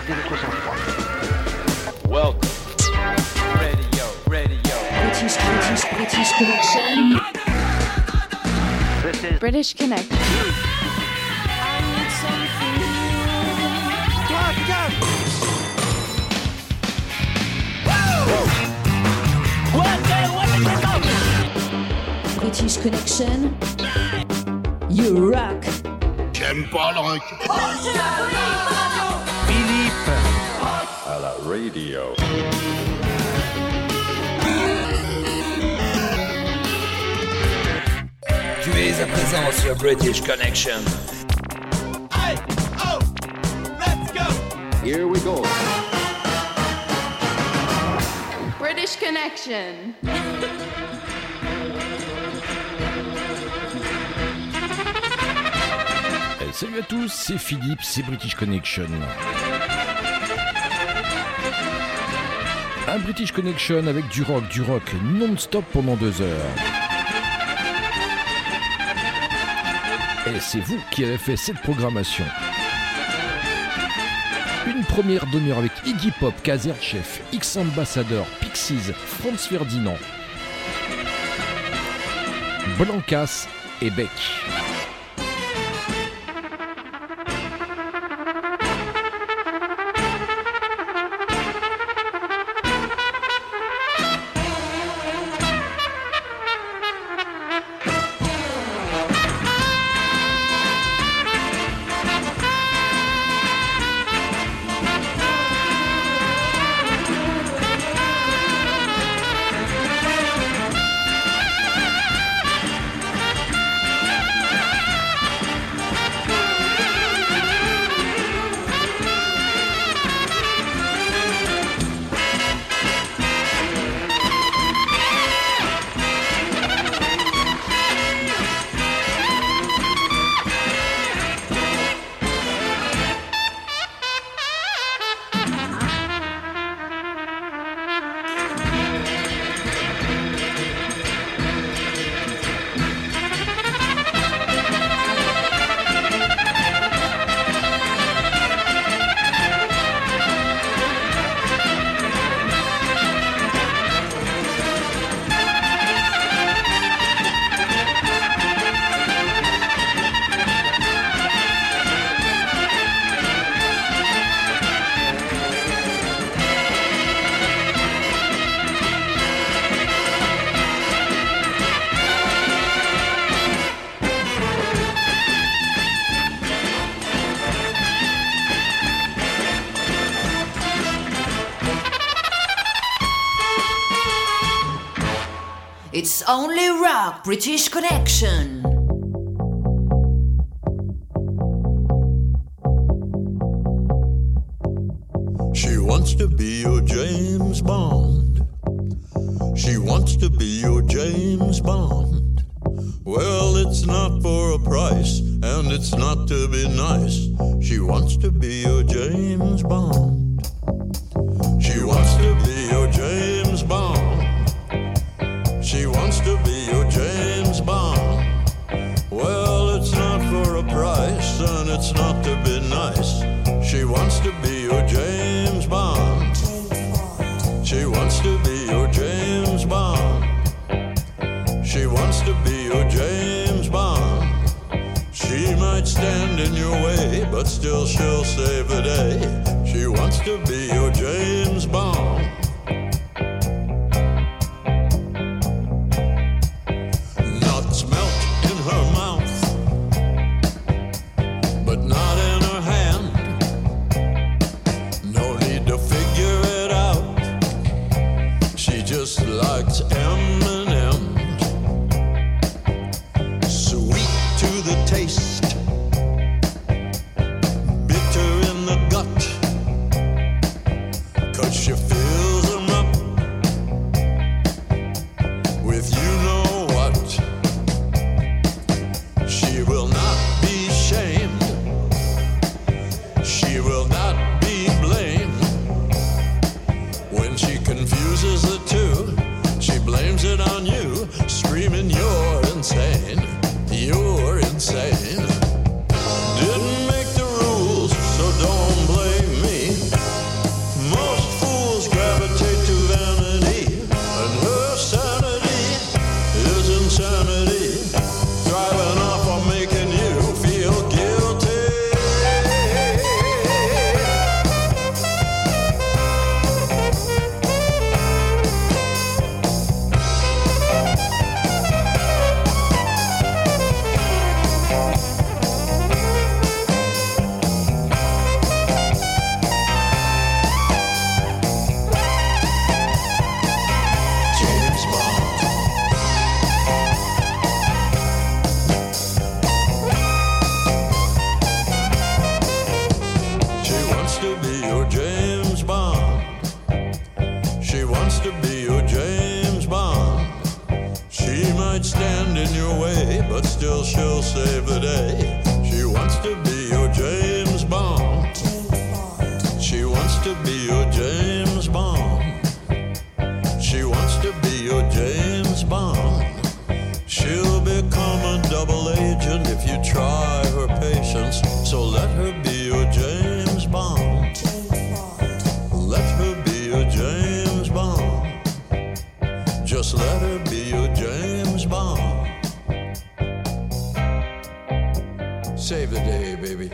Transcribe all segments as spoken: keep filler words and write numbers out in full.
Gardez votre sang-froid. Welcome. Radio, radio. British, British, British Connection. This is British Connect. British Connection. You rock. J'aime pas le rock. Philippe. À la radio. Tu es à présent sur British Connection. Hey, oh, let's go. Here we go. British Connection. Salut à tous, c'est Philippe, c'est British Connection. Un British Connection avec du rock, du rock non-stop pendant deux heures. Et c'est vous qui avez fait cette programmation. Une première demi-heure avec Iggy Pop, Kazerchef, X-Ambassadeur, Pixies, Franz Ferdinand, Blancas et Beck. It's only rock, British Connection. She wants to be your James Bond. She wants to be your James Bond. Well, it's not for a price, and it's not to be nice. She wants to be your James Bond. She wants to be your James Bond. She wants to be your James Bond. Well, it's not for a price, and it's not to be nice. She wants to be your James Bond. She wants to be your James Bond. She wants to be your James Bond. She might stand in your way, but still she'll save the day. She wants to be your James Bond. Nuts melt in her mouth, but not in her hand. No need to figure it out. She just likes M and M's. Sweet to the taste, bitter in the gut. 'Cause she fills them up with you know what. well, she'll save the day. She wants to be your James Bond. She wants to be your James Bond. She wants to be your James Bond. She'll become a double agent if you try her patience. So let her be your James Bond. Let her be your James Bond. Just let her be your James Bond. Save the day, baby.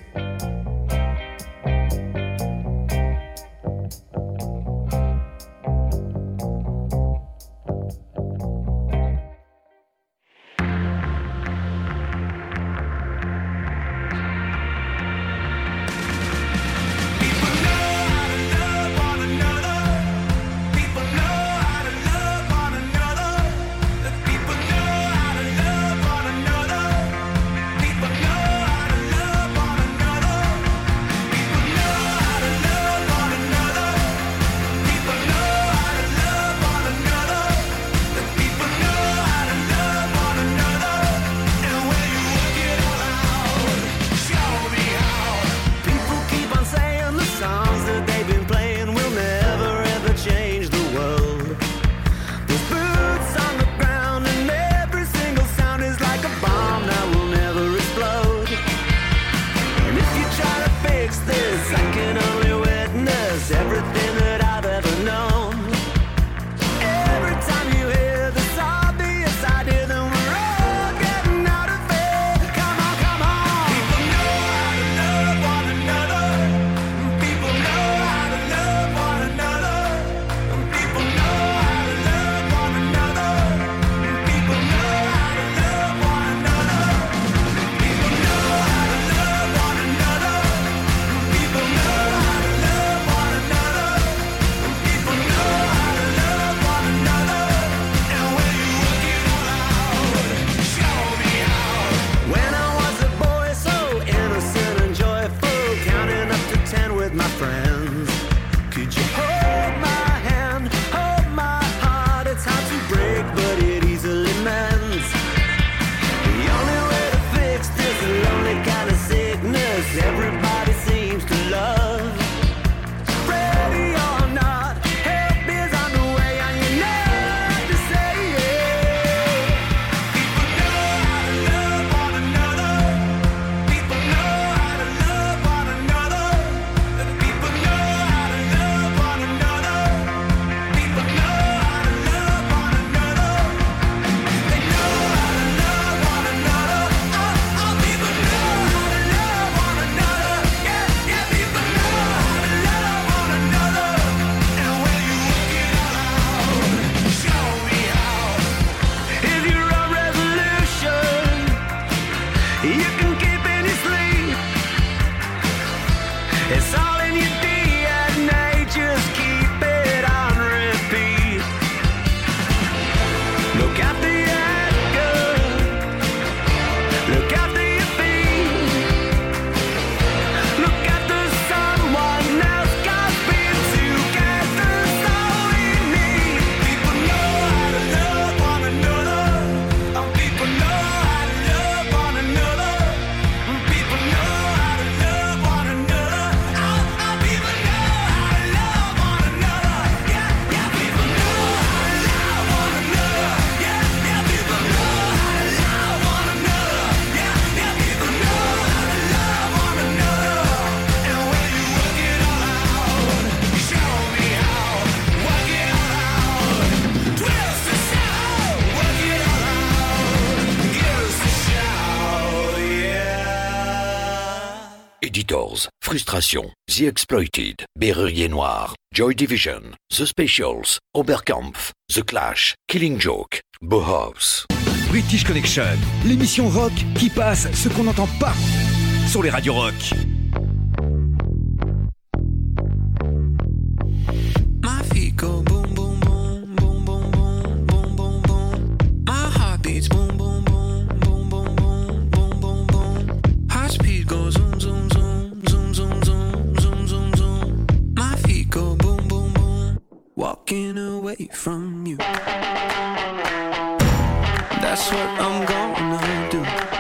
Editors, Frustration, The Exploited, Berrurier Noir, Joy Division, The Specials, Oberkampf, The Clash, Killing Joke, Bauhaus. British Connection, l'émission rock qui passe ce qu'on n'entend pas sur les radios rock. My feet go boom boom boom boom boom boom boom boom boom. My heart beats boom boom boom boom boom boom boom boom boom. Heart speed goes zoom zoom zoom zoom zoom zoom zoom zoom zoom. My feet go boom boom boom. Walking away from you. That's what I'm gonna do.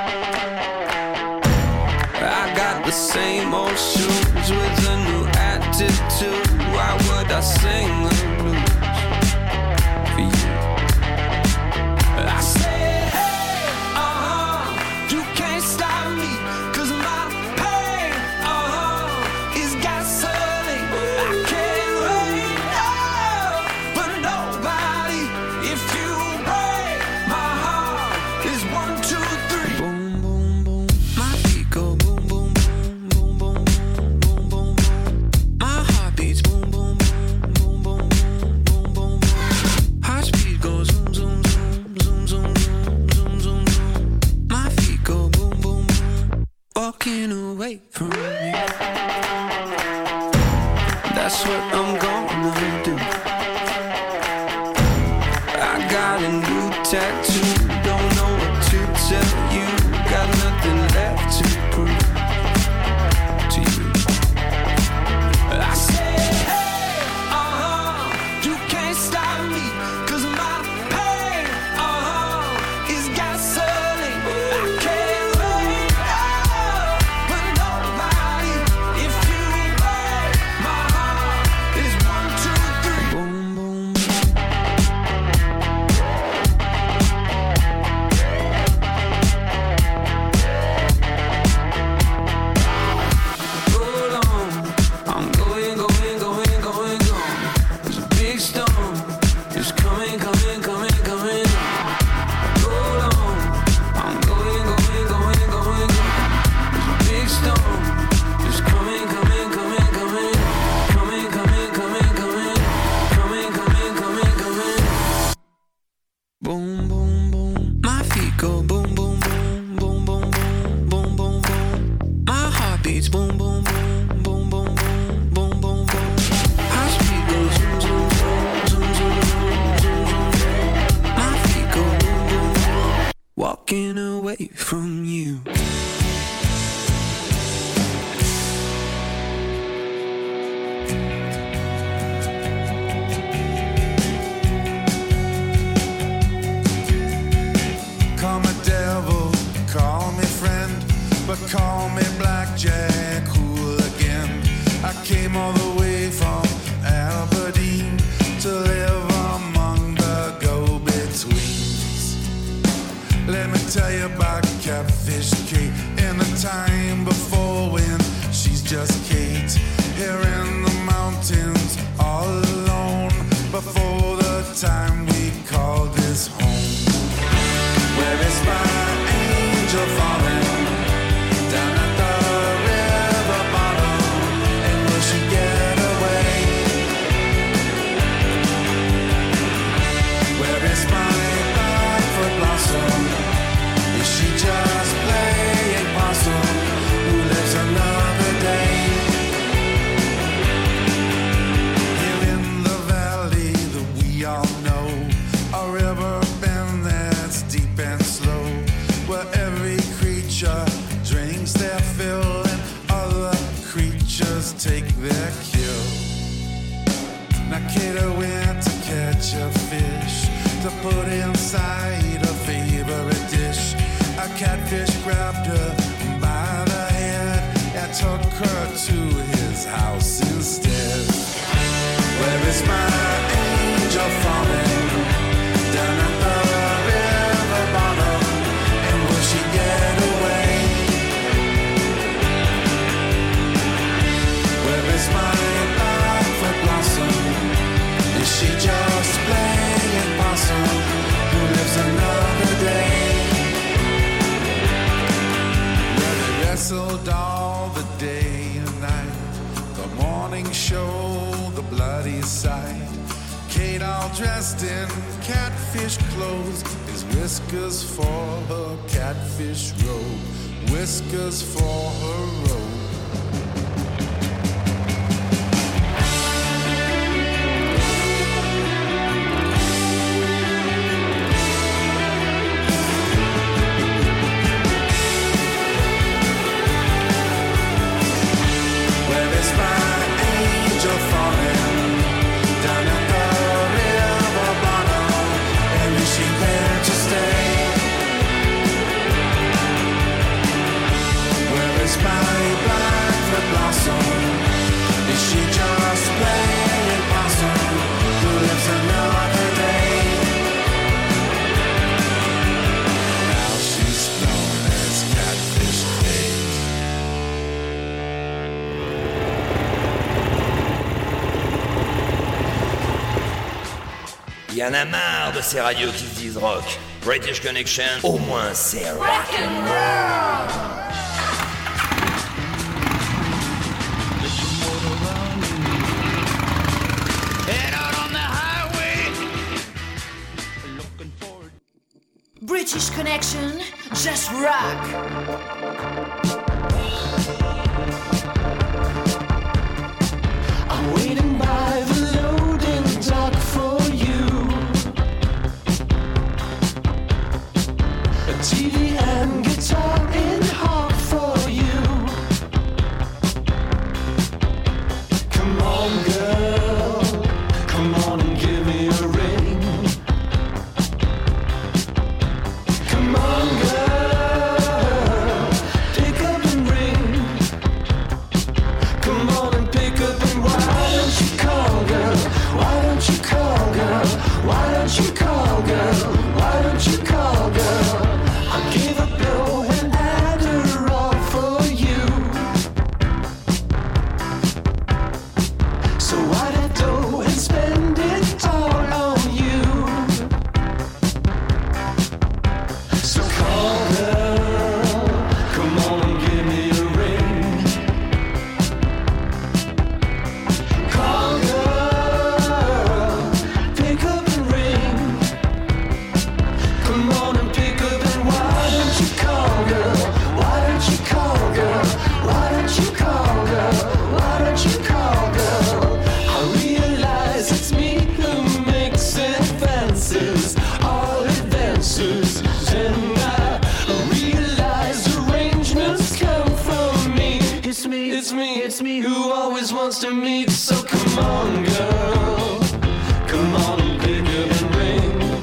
old shoes with a new attitude. Why would I sing the blues for you? I said, hey, uh-huh, you can't stop me, 'cause my pain, uh-huh, is gasoline. I can't wait, oh, but nobody, if you break my heart, is one, two, three. Boom, boom, boom, my feet go boom, boom, boom, boom, boom, boom, boom, boom, boom. My heart beats boom, boom, boom, boom, boom, boom, boom, boom. Heart speed goes zoom, zoom, zoom, zoom, zoom, zoom, zoom, zoom. My feet go boom, boom, boom, walking away from you. That's what I'm gonna do. I got a new tattoo, don't know what to tell you. Got nothing left to prove to you. I said, hey, uh-huh, you can't stop me, 'cause my pain, uh-huh, is gasoline. I can't wait, oh, but nobody, if you break my heart, is one, two, three. Boom, boom, boom. Hold on, I'm going, going, going, going, going. There's a big storm, it's coming, coming, coming, coming. Hold on, I'm going, going, going, going, going. There's a big storm, it's coming, coming, coming, coming. Coming, coming, coming, coming. Coming, coming, coming, coming. Boom, boom, boom. My feet go boom, boom, boom, boom, boom, boom, boom, boom, boom. My heart beats boom, boom, boom, boom, boom, boom, boom, boom, boom. Heart speed goes zoom, zoom, zoom, zoom, zoom, zoom, zoom, zoom. My feet go boom, boom, boom, walking away from you. Call me devil, call me friend, but call me blackjack hooligan. I came all the way from Aberdeen to live among the go-betweens. Let me tell you about Catfish Kate in the time before, when she's just Kate, here in the mountains all alone, before the time we call this home. Where is my angel falling down at the river bottom, and will she get away? Where is my Blackfoot blossom? Is she just playing possum, who lives another day? Here in the valley that we all know, a river bend that's deep and slow, where every creature drinks their fill and other creatures take their kill. Now Kato went to catch a fish to put inside a favorite dish. A catfish grabbed her by the head and took her to his house instead. Where is my angel falling down at the river bottom, and will she get away? Where is my Blackfoot blossom? Is she just playing possum, who lives another day? Where they wrestled all the day and night, the morning show, the bloody sight. Kate all dressed in catfish clothes, his whiskers for her catfish robe, whiskers for her robe. Where is my angel falling down at the river bottom, and is she there to stay? Where is my Y en a marre de ces radios qui se disent rock. British Connection, au moins c'est rock. British Connection, just rock. I'm waiting by the loading dock for you. A T V and guitar in hock for you. Come on, girl, come on and give me a ring. Come on, girl, pick up and ring. Come on and pick up and why don't you call, girl? Why don't you call, girl? Why don't you call, girl? Why don't you call, girl? I'll give a blow and Adderall for you. So why that dough and spend it all on you? So call, girl, come on and give me a ring. Call, girl, pick up and ring. Come on and pick up and why don't you call, girl? Why don't you call, girl? Why don't you call, girl? Why don't you call, girl? I realize it's me who makes advances, all advances, and I realize arrangements come from me. It's me, it's me, it's me who always wants to meet. So come on, girl, come on and pick up and ring.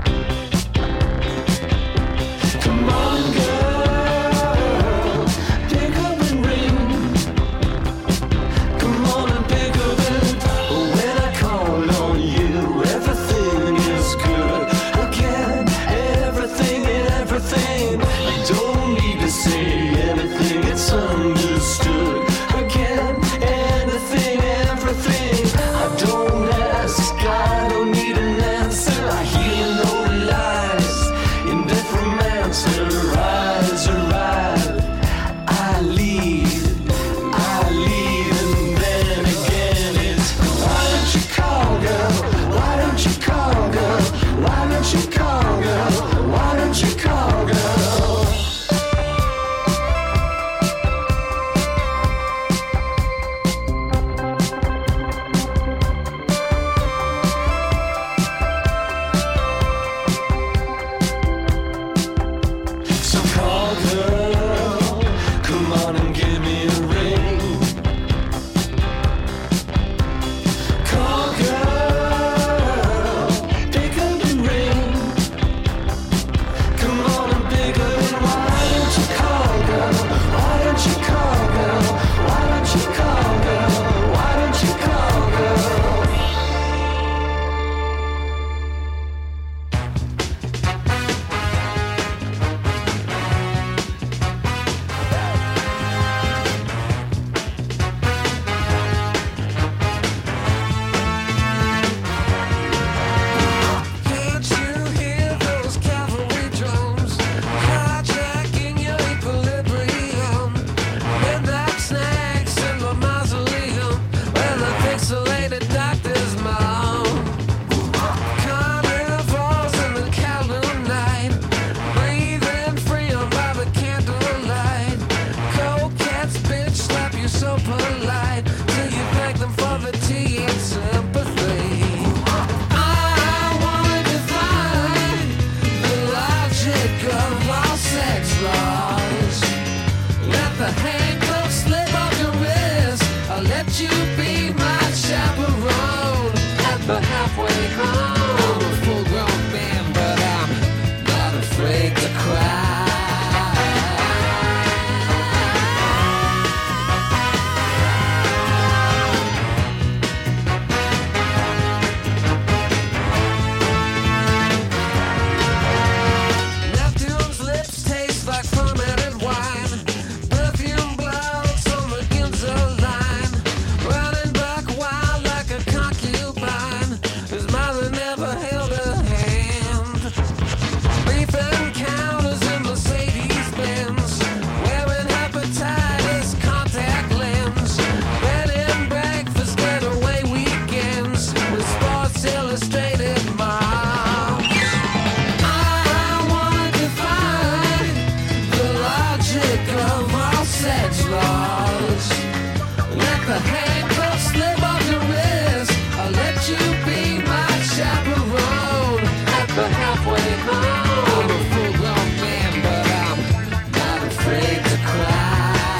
Come on, girl, pick up and ring. Come on and pick up and when I call on you, everything is good. Again, everything and everything. You don't need to say anything, it's understood. Again, anything, everything. I don't ask, I don't need an answer. I hear no lies in necromancer. Rise, arrive. I lead, I lead, and then again it's why don't you call, girl? Why don't you call, girl? Why don't you call, girl? Why don't you call, girl? So call, girl, come on and give me a ring. Call, girl, pick up and ring. Come on and pick up and why don't you call, girl? Why don't you call, girl? Why don't you call, girl? Why don't you call, girl? Can't you hear those cavalry drums hijacking your equilibrium? Midnight snacks in the mausoleum where the pixelated doctors moan. Carnivals in the Kowloon night, breathing freedom by the candlelight. Coquettes bitch slap you so polite till you thank them for the tea and sympathy. I wanna define the logic of all sex laws. Let the handcuffs slip off your wrist. I'll let you be my chaperone at the halfway home. I'm a full-grown man, but I'm not afraid to cry. Neptune's lips taste like fermented wine. Perfume blows on the Ginza line. Running wearing hepatitis contact lens, bed and breakfast, getaway weekends with Sports Illustrated moms. I want to find the logic of all sex laws. Let the handcuffs slip off your wrist. I'll let you be my chaperone at the halfway home. I'm a full-grown man, but I'm not afraid to cry.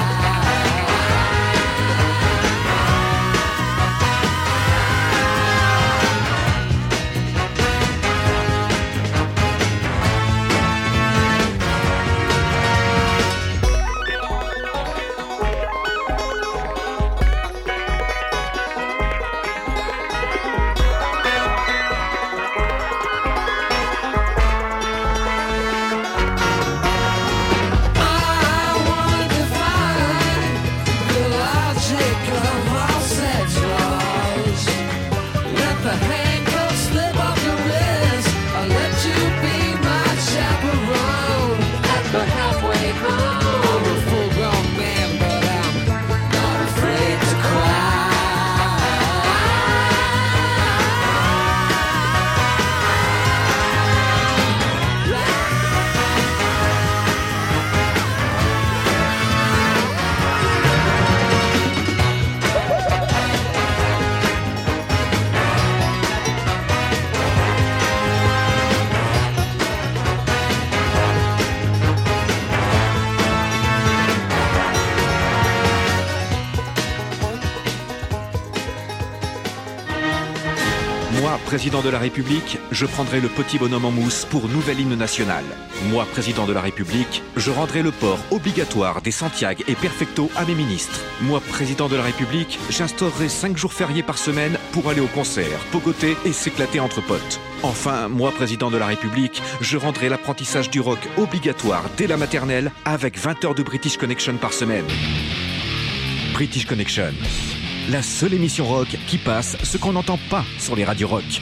Moi, président de la République, je prendrai le petit bonhomme en mousse pour nouvel hymne national. Moi, président de la République, je rendrai le port obligatoire des Santiago et Perfecto à mes ministres. Moi, président de la République, j'instaurerai cinq jours fériés par semaine pour aller au concert, pogoter et s'éclater entre potes. Enfin, moi, président de la République, je rendrai l'apprentissage du rock obligatoire dès la maternelle avec vingt heures de British Connection par semaine. British Connection, la seule émission rock qui passe ce qu'on n'entend pas sur les radios rock.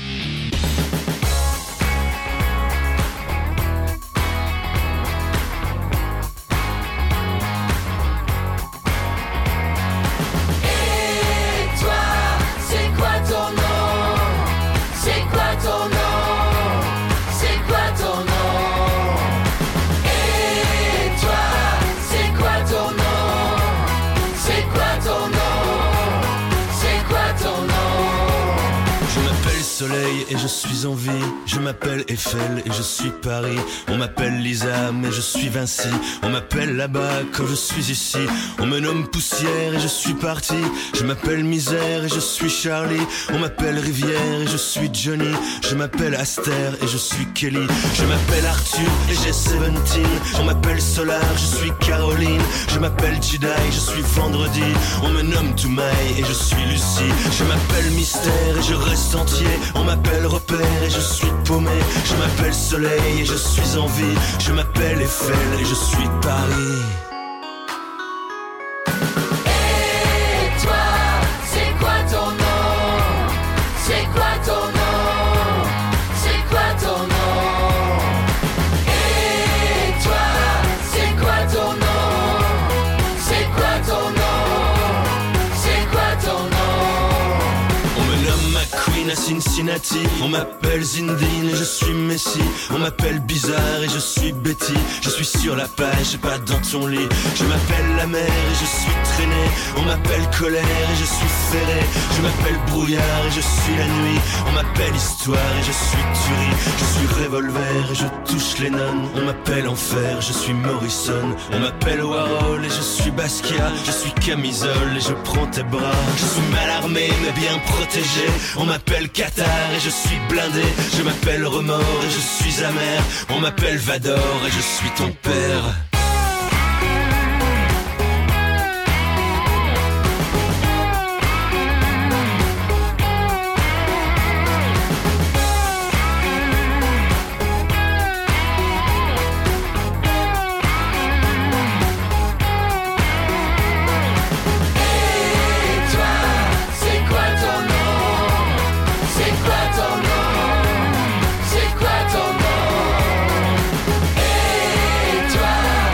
Et toi, c'est quoi ton nom? C'est quoi ton nom? C'est quoi ton nom? Et toi, c'est quoi ton nom? C'est quoi ton nom? Je m'appelle Soleil et je suis en vie. Je m'appelle Eiffel et je suis Paris. On m'appelle Lisa mais je suis Vinci. On m'appelle là-bas quand je suis ici. On me nomme Poussière et je suis parti. Je m'appelle Misère et je suis Charlie. On m'appelle Rivière et je suis Johnny. Je m'appelle Aster et je suis Kelly. Je m'appelle Arthur et j'ai dix-sept. On m'appelle Solar, je suis Caroline. Je m'appelle Jedi, je suis Vendredi. On me nomme Toumaï et je suis Lucie. Je m'appelle Mystère et je reste entier. On m'appelle Repère et je suis paumé. Je m'appelle Soleil et je suis en vie. Je m'appelle Eiffel et je suis Paris. Et toi, c'est quoi ton nom? C'est quoi ton nom? C'est quoi ton nom? Et toi, c'est quoi ton nom? C'est quoi ton nom? C'est quoi ton nom? On me nomme McQueen à Cincinnati. On m'appelle Zindine et je suis Messi. On m'appelle Bizarre et je suis Betty. Je suis sur la page et pas dans ton lit. Je m'appelle la mer et je suis traîné. On m'appelle Colère et je suis ferré. Je m'appelle Brouillard et je suis la nuit. On m'appelle Histoire et je suis Tuerie. Je suis Revolver et je touche les nonnes. On m'appelle Enfer, je suis Morrison. On m'appelle Warhol et je suis Basquiat. Je suis Camisole et je prends tes bras. Je suis mal armé mais bien protégé. On m'appelle Qatar et je suis blindé. Je m'appelle Remords et je suis amer. On m'appelle Vador et je suis ton père. C'est quoi ton nom? Et toi,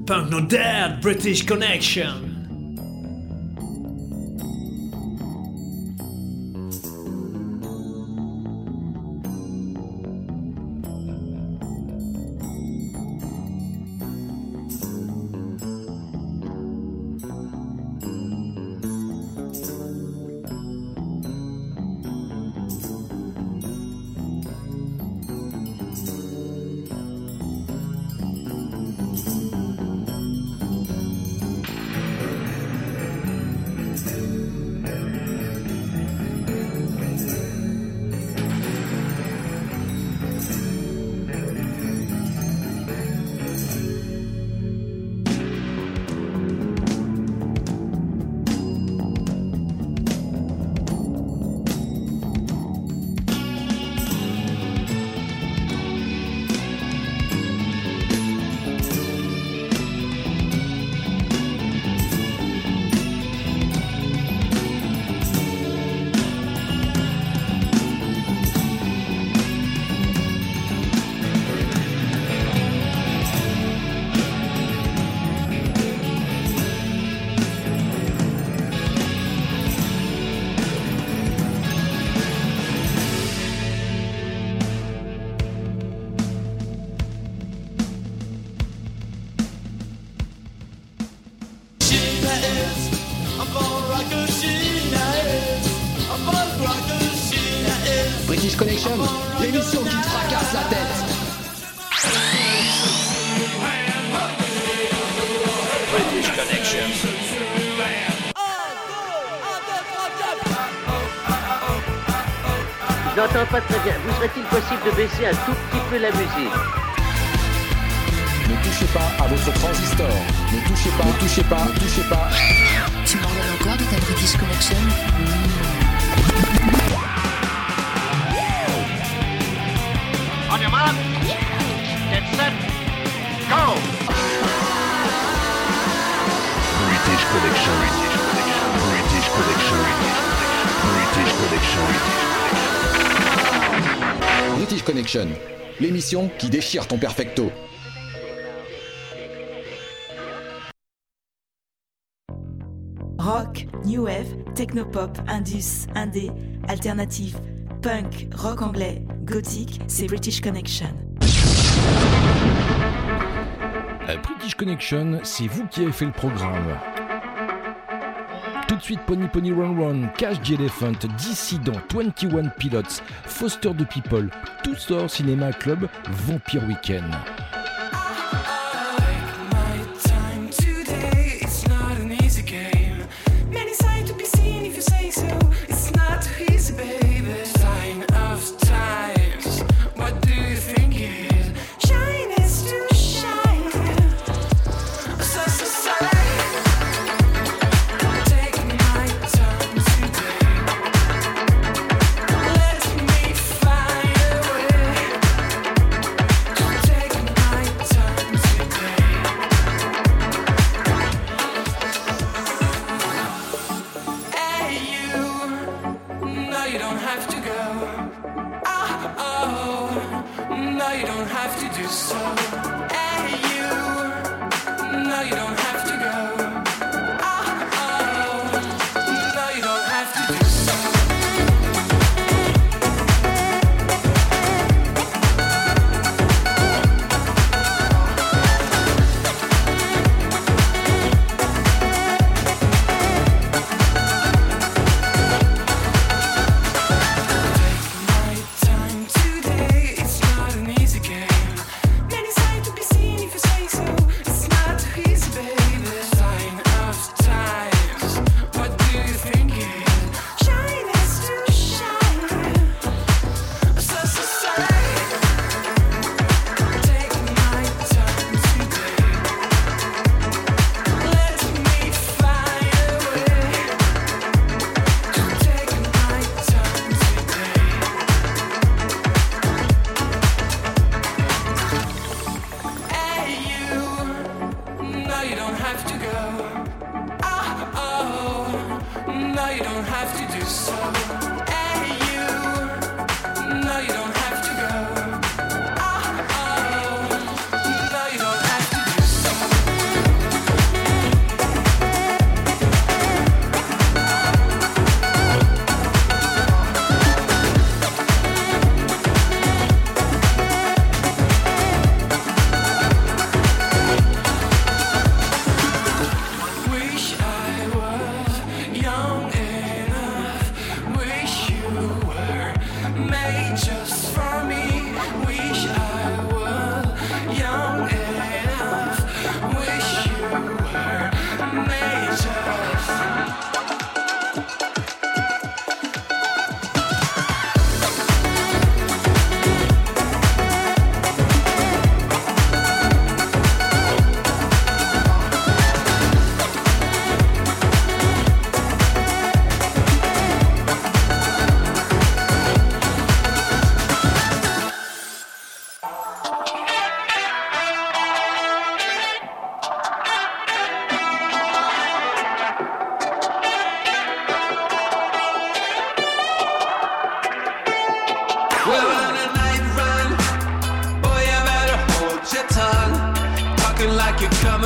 Punk Not Dead, British Connection. British Connection, l'émission qui te fracasse la tête. British Connection. Je n'entends pas très bien. Vous serait-il possible de baisser un tout petit peu la musique? Ne touchez pas à votre transistor. Ne touchez pas, ne touchez pas, ne touchez pas. Tu m'en donnes encore de ta British Connection? On your mark. Get set. Go. British Connection. British Connection. British Connection. British Connection, l'émission qui déchire ton perfecto. Rock, new wave, technopop, indus, indé, alternatif, punk, rock anglais, gothique, c'est British Connection. Euh, British Connection, c'est vous qui avez fait le programme. Tout de suite, Pony Pony Run Run, Cash the Elephant, Dissident, vingt et un Pilots, Foster the People, Tout Sort Cinéma Club, Vampire Weekend.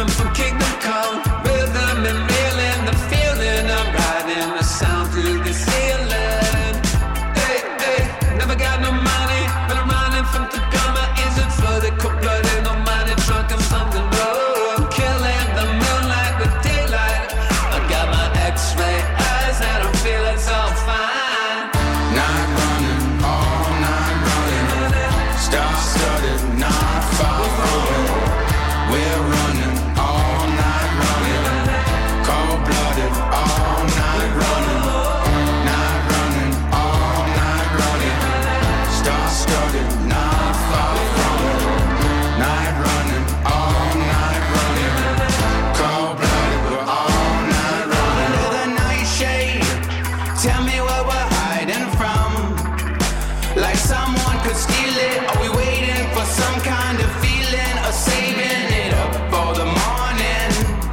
coming from Kingdom Come. Rhythm and reeling, the feeling of riding the sound through the ceiling. Hey, hey, never got no money, but I'm running from Tacoma. Isn't flooded, cold-blooded, no money, drunk and something low. I'm killing the moonlight with daylight. I got my X-ray eyes and I'm feeling so fine. Night running, all night running. Star-studded, not far away. We're running all night running. Cold-blooded, all night running. Night running, all night running. Star-studded, not far away. Night running, all night running. Cold-blooded, we're all night running. Under the nightshade, tell me what we're hiding from. Like someone could steal it. Are we waiting for some kind of feeling or saving it up for the morning?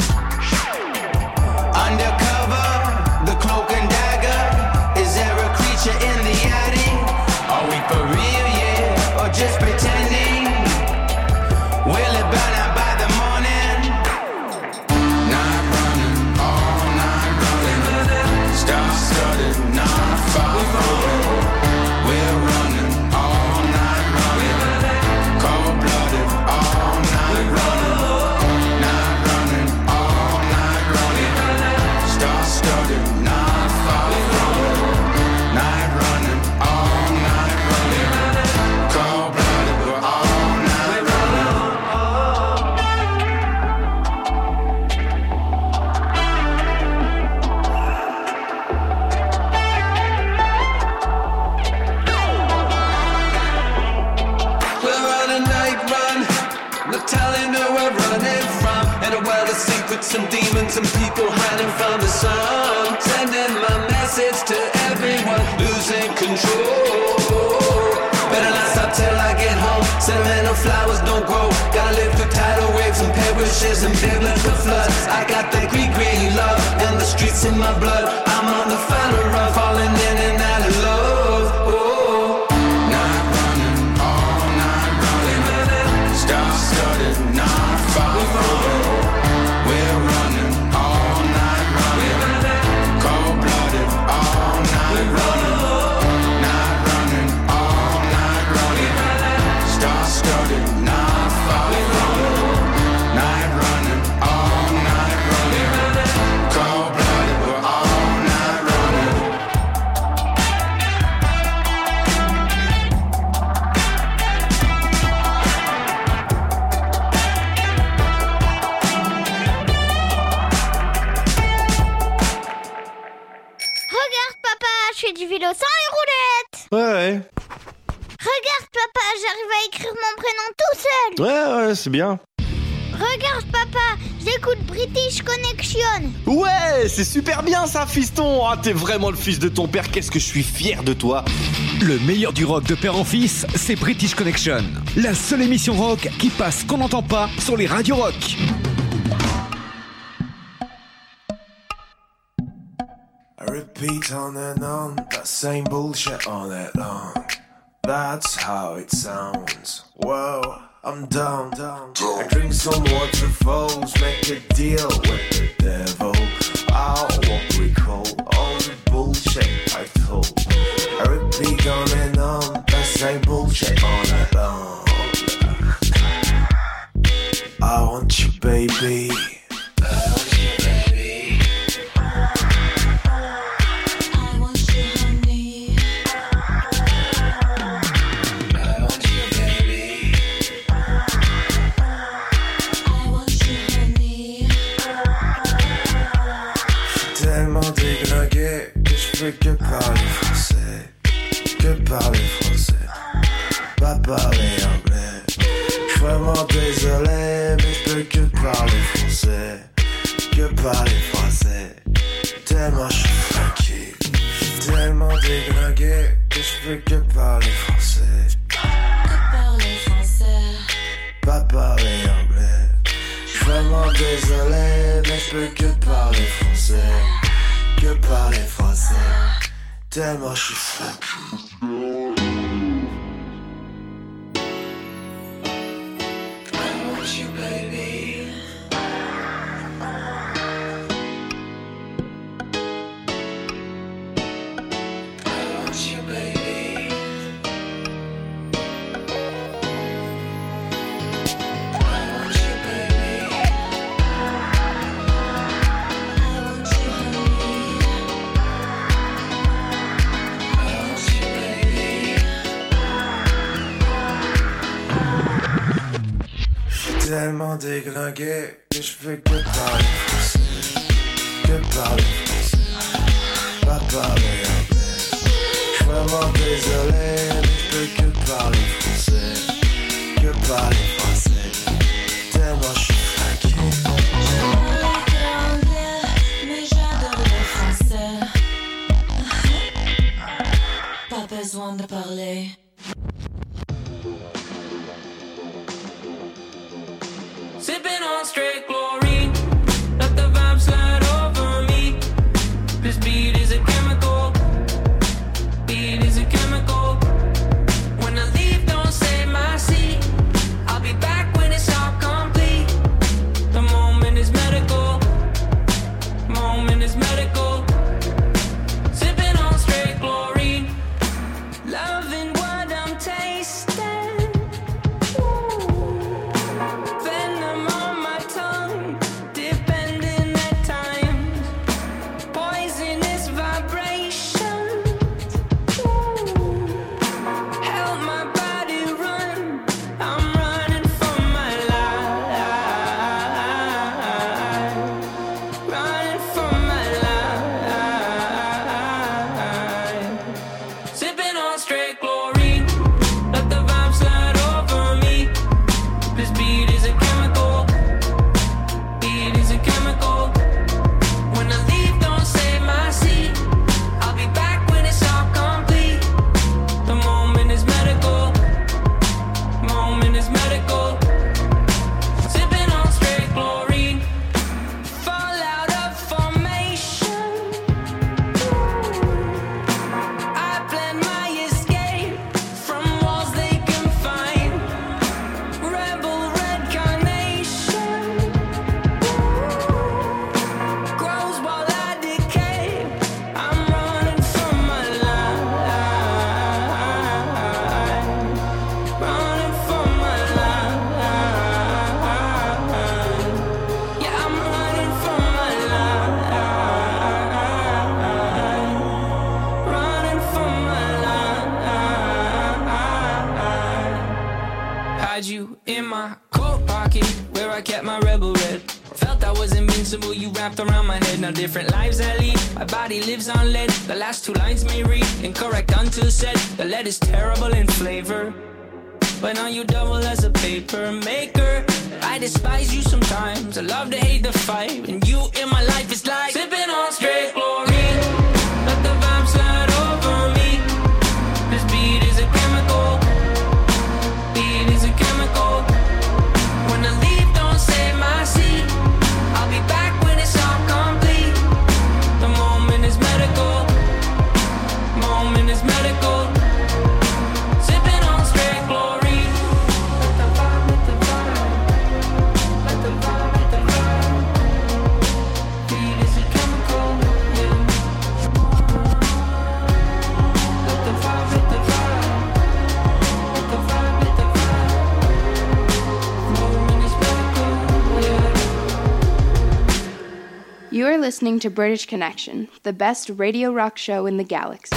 Undercover, the cloak and dagger. Is there a creature in the attic? Are we for real, yeah, or just pretending? Will it burn out by the morning? Night running, all night running. Star-studded, not far away. We're running all night running. Cold-blooded, all night running. Night running, all night running. Star-studded, not far away. Night running, all night running. Cold-blooded, we're all night running. We're on a night run, no telling who we're running from. And a world of secrets and demons and people hiding from the sun. Sending my message to everyone, losing control. Better not stop till I get home. Sentimental flowers don't grow. Gotta live through tidal waves and perishes and big like the floods. I got the Greek green love and the streets in my blood. I'm on the final run, falling in and out of love. Oh. Night running, all night running. Star-studded, not far away. We're running all night running. Cold-blooded, all night running. Night running, all night running. Star-studded, not far away. Night running, all night running. Cold-blooded, we're all night running. Regarde papa, je fais du vélo sans les roulettes. Ouais, ouais. Regarde papa, j'arrive à écrire mon prénom tout seul. Ouais, ouais, c'est bien. Regarde papa, j'écoute British Connection. Ouais, c'est super bien ça, fiston. Ah, t'es vraiment le fils de ton père, qu'est-ce que je suis fier de toi. Le meilleur du rock de père en fils, c'est British Connection. La seule émission rock qui passe qu'on n'entend pas sur les radios rock. I repeat on and on, that same bullshit all night long. That's how it sounds. Whoa, I'm down. I drink some waterfalls, make a deal with the devil. I won't recall all the bullshit I told. I repeat on and on, that same bullshit all night long. I want you, baby. Que parler français, que parler français, pas parler anglais. J'suis vraiment désolé, mais j'peux que parler français, que parler français. Tellement j'suis funky, j'suis tellement déglingué que j'peux que parler français, que parler français, pas parler anglais. J'suis vraiment désolé, mais j'peux que parler français, que parler français. Tellement je suis funky. I want you, baby. déglingué que je fais que parler français, que parler français, pas parler anglais. J'suis vraiment désolé, mais je peux que parler français, que parler français, tellement j'suis fatigué. J'aimerais que anglais, mais j'adore le français. Pas besoin de parler. Sipping on straight chlorine, let the vibe slide over me. This beat is a chemical, beat is a chemical. When I leave, don't say my seat. I'll be back when it's all complete. The moment is medical, moment is medical. Sipping on straight chlorine, loving what I'm tasting. Different lives I lead, my body lives on lead. The last two lines may read incorrect until said. The lead is terrible in flavor, but now you double as a paper maker. I despise you sometimes, I love to hate the fight. And you in my life is like sipping on straight chlorine. Let the vibe slide over me. This beat is a chemical, beat is a chemical. When I leave, don't say my seat. I'll be back when it's all complete. The moment is medical, moment is medical. Sipping on straight chlorine. Let the vibe, let the vibe, let the vibe, let the vibe. Beat is a chemical, yeah. Let the vibe, let the vibe, let the vibe, let the vibe. Moment is medical, yeah. You are listening to British Connection, the best radio rock show in the galaxy.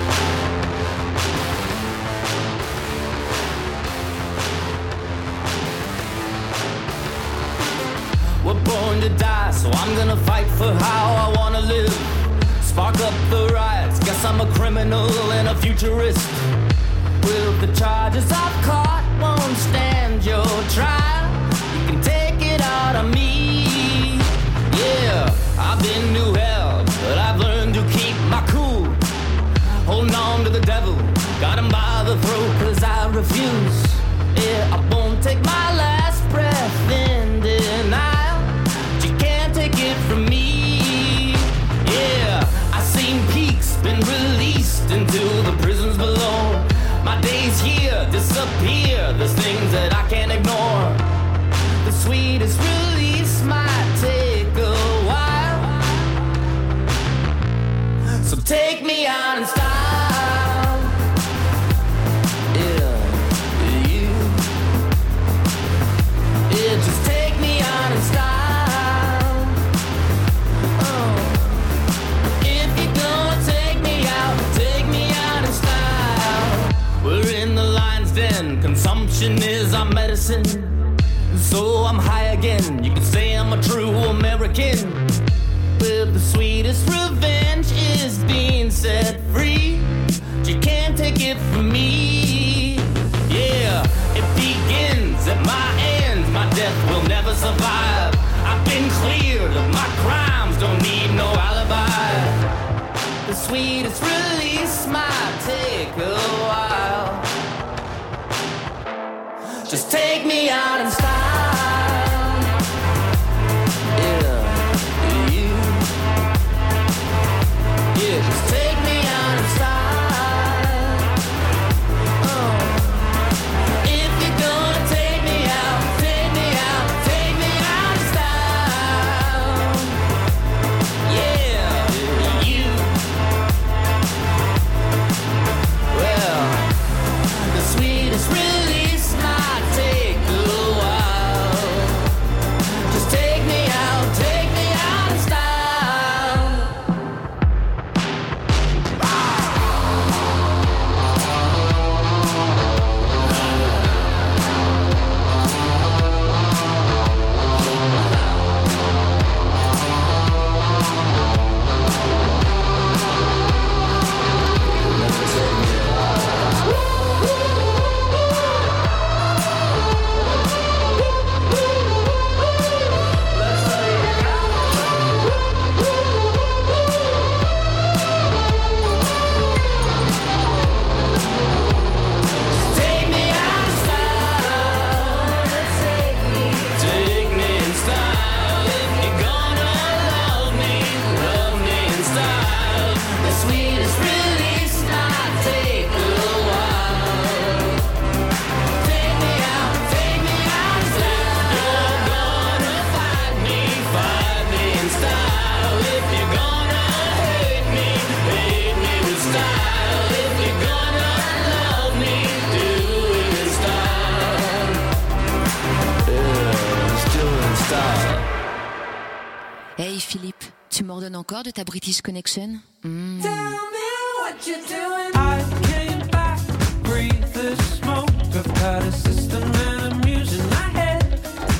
We're born to die, so I'm gonna fight for how I wanna live. Spark up the riots, guess I'm a criminal and a futurist. Well, the charges I've caught won't stand your trial. You can take it out on me. Yeah, I've been to hell, but I've learned to keep my cool. Holding on to the devil, got him by the throat, cause I refuse. Yeah, I won't take my last breath in denial. You can't take it from me. Yeah, I've seen peaks, been released into the prisons below. My days here disappear, there's things that I can't ignore. The sweetest release might take a while, so take me out in style. Yeah, you. Yeah, just take me out in style. Oh, if you're gonna take me out, take me out in style. We're in the lion's den, consumption is our medicine. so I'm high again. You can say I'm a true American. Well, the sweetest revenge is being set free. You can't take it from me. Yeah, it begins at my end. My death will never survive. I've been cleared of my crimes, don't need no alibi. The sweetest release might take a while. Just take me out in style. Yeah, you. Yeah, just take me out in style. Oh. If you're gonna take me out, take me out, take me out in style. Yeah, you. Well, the sweetest release might take a while. Just take me out, take me out in style. Take me out in style. Take me in style. If you're gonna love me, love me in style. The sweetest release might take a while. Take me out, take me out in style. You're gonna fight me, fight me in style. If you're gonna hate me, hate me with style. If you're gonna love me, do it in style. Yeah, still in style. Hey Philippe, tu m'ordonnes encore de ta British Connection? Mm. What you doing? I came back, breathe the smoke. I've got a system and I'm using my head.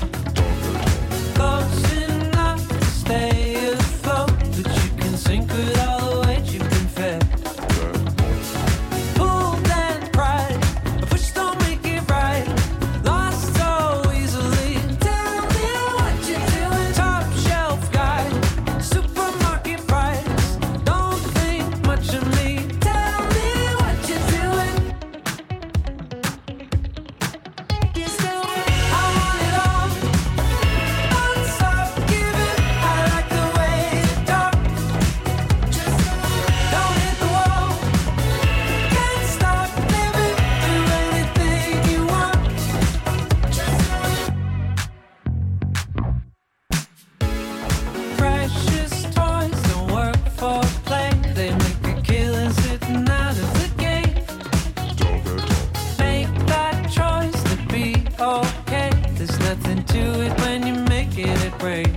Close enough to stay afloat, but you can sink with all the weight you've been fed. Pulled and pried, a push don't make it right. Lost so easily. Tell me what you're doing. Top shelf guy, supermarket price. Don't think much of me. Tell me what you're doing. I want it all. Don't stop giving. I like the way you talk. Don't hit the wall. Can't stop living. Do anything you want. Precious toys don't work for play. They make a killing sitting out of the gate. Make that choice to be okay. There's nothing to it when you make it a break.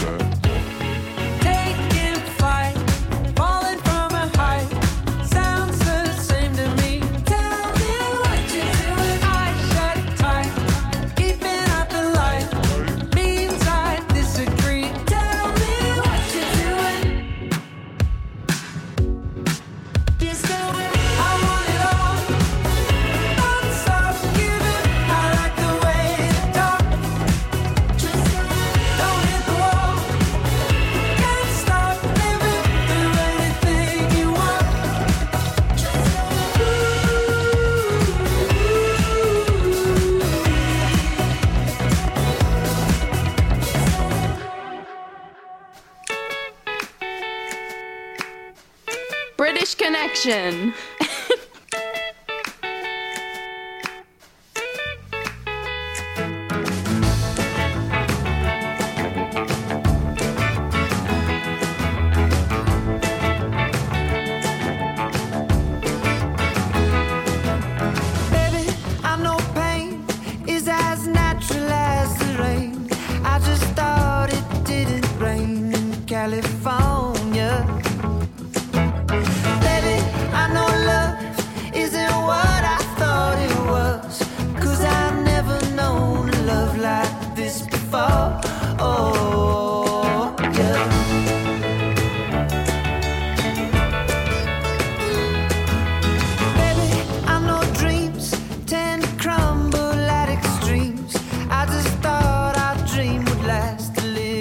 Taking flight, falling from a height. Sounds the same to me. Tell me what you're doing. Eyes shut tight, keeping out the light. Means I disagree. Tell me what you're doing. I want it all. Don't stop giving. I like the way you talk. Don't hit the wall. Can't stop living. Do anything you want. British Connection. Baby, I know pain is as natural as the rain. I just thought it didn't rain in California. Baby, I know love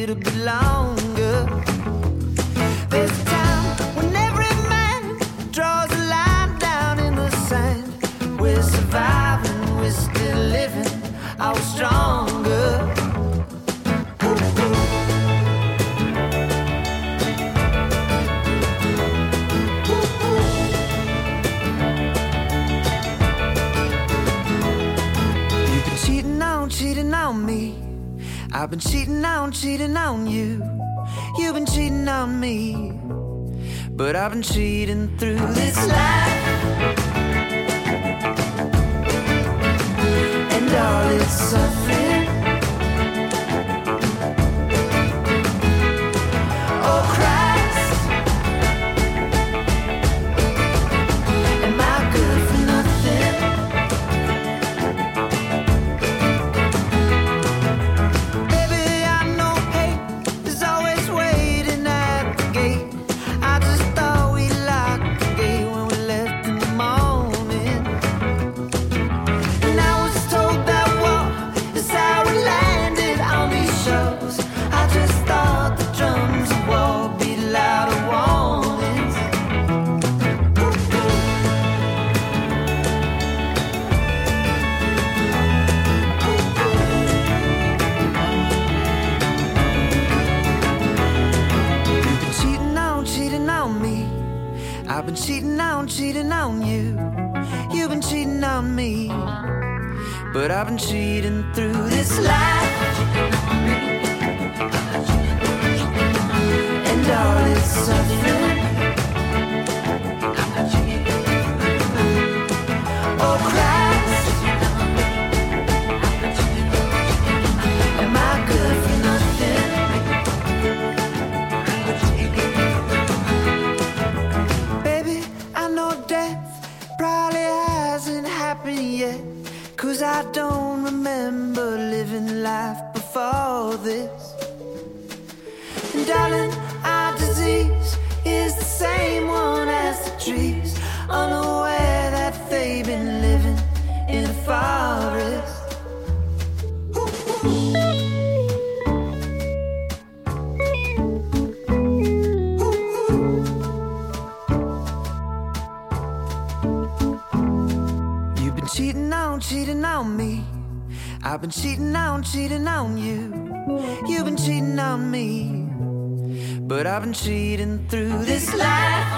little bit longer. There's a time when every man draws a line down in the sand. We're surviving, we're still living, I was stronger. You've been cheating on, cheating on me. I've been cheating on, cheating on you. You've been cheating on me, but I've been cheating through this life. And all its suffering. Oh Christ, am I good for nothing? Baby, I know hate is always waiting at the gate. I just thought we locked the gate when we left in the morning. And I was told that war is how we landed on these shores. I just thought the drums of war beat louder warnings. You've been cheating on, cheating on me. I've been cheating on, cheating on you. You've been cheating on me, but I've been cheating through this life. And all its suffering. Oh Christ, am I good for nothing? Baby, I know death probably hasn't happened yet, 'cause I don't remember living life before this. And darling, our disease is the same one as the trees, unaware that they've been living in a forest. You've been cheating on, cheating on me. I've been cheating on, cheating on you. You've been cheating on me, but I've been cheating through this life.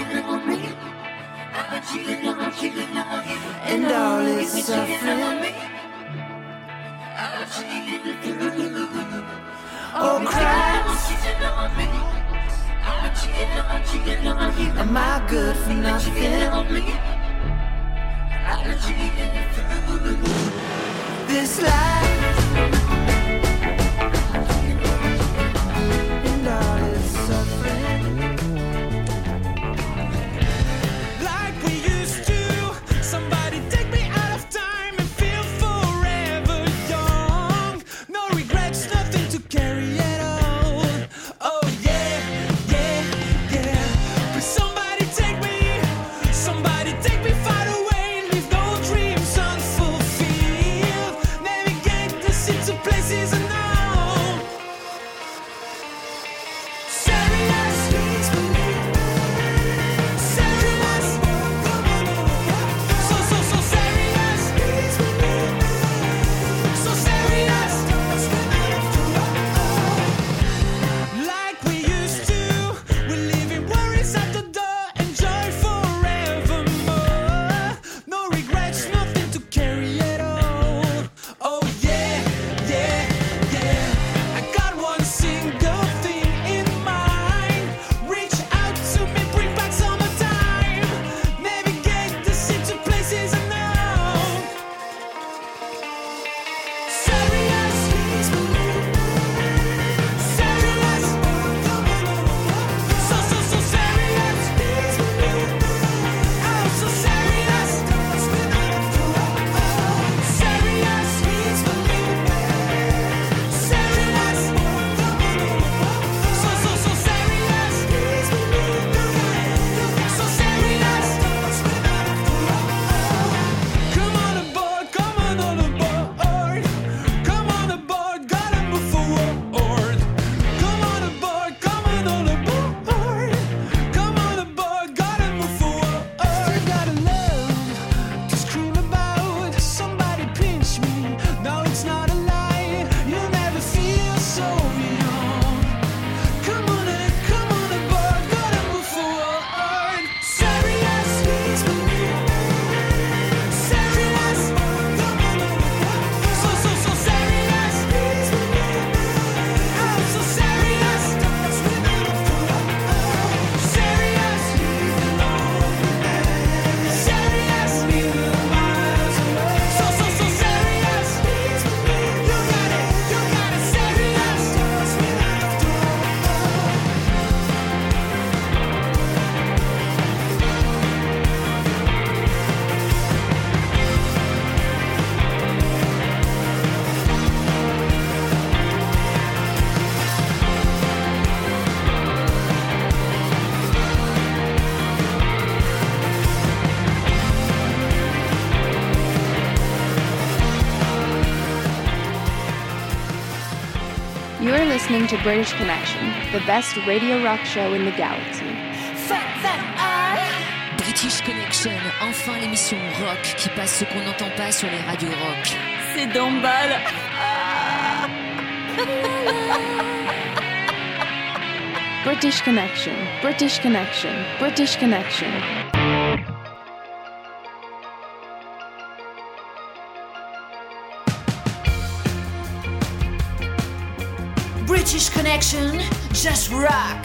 And all its suffering. Oh Christ, am I good for nothing? This life. And all its suffering. Like we used to, somebody take me out of time and feel forever young. No regrets, nothing to carry at all. Oh yeah, yeah, yeah. But somebody take me, somebody take me far away, leave no dreams unfulfilled. Navigate the sea to listening to British Connection, the best radio rock show in the galaxy. British Connection, enfin l'émission rock qui passe ce qu'on n'entend pas sur les radios rock. C'est Dombal. British Connection, British Connection, British Connection. British Connection, just rock.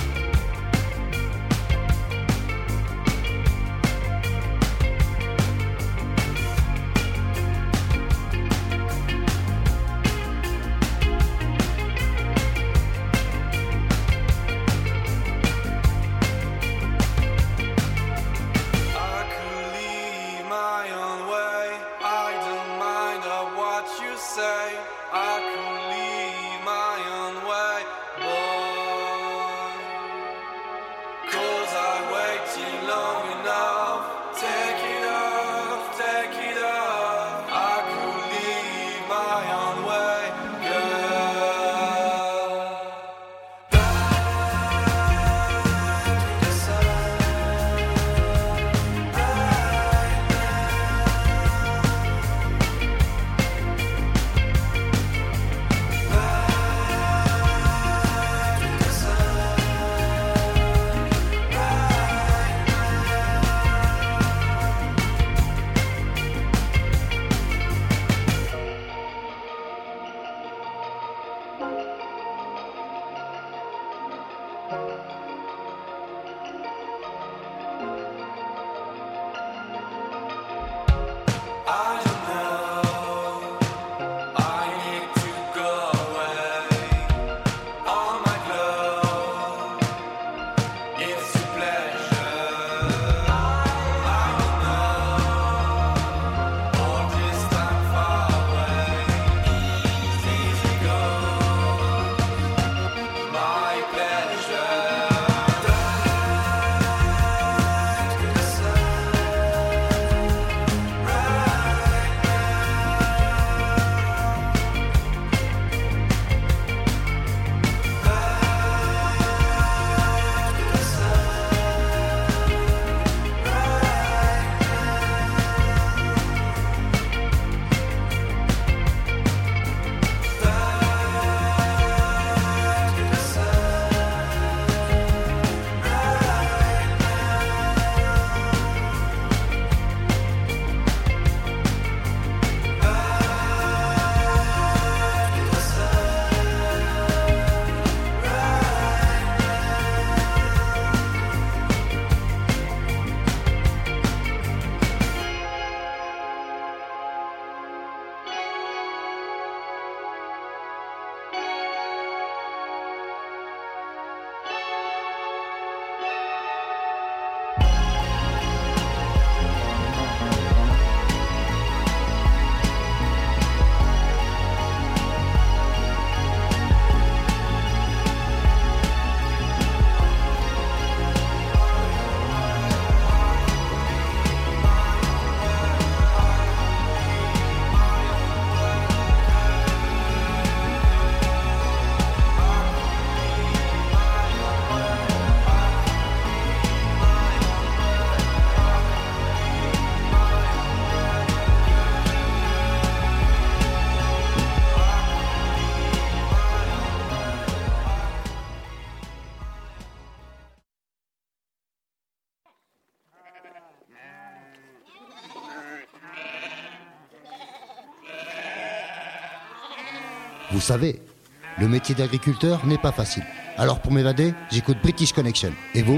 Vous savez, le métier d'agriculteur n'est pas facile. Alors pour m'évader, j'écoute British Connection. Et vous ?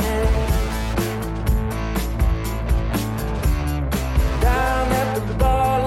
Down at the bar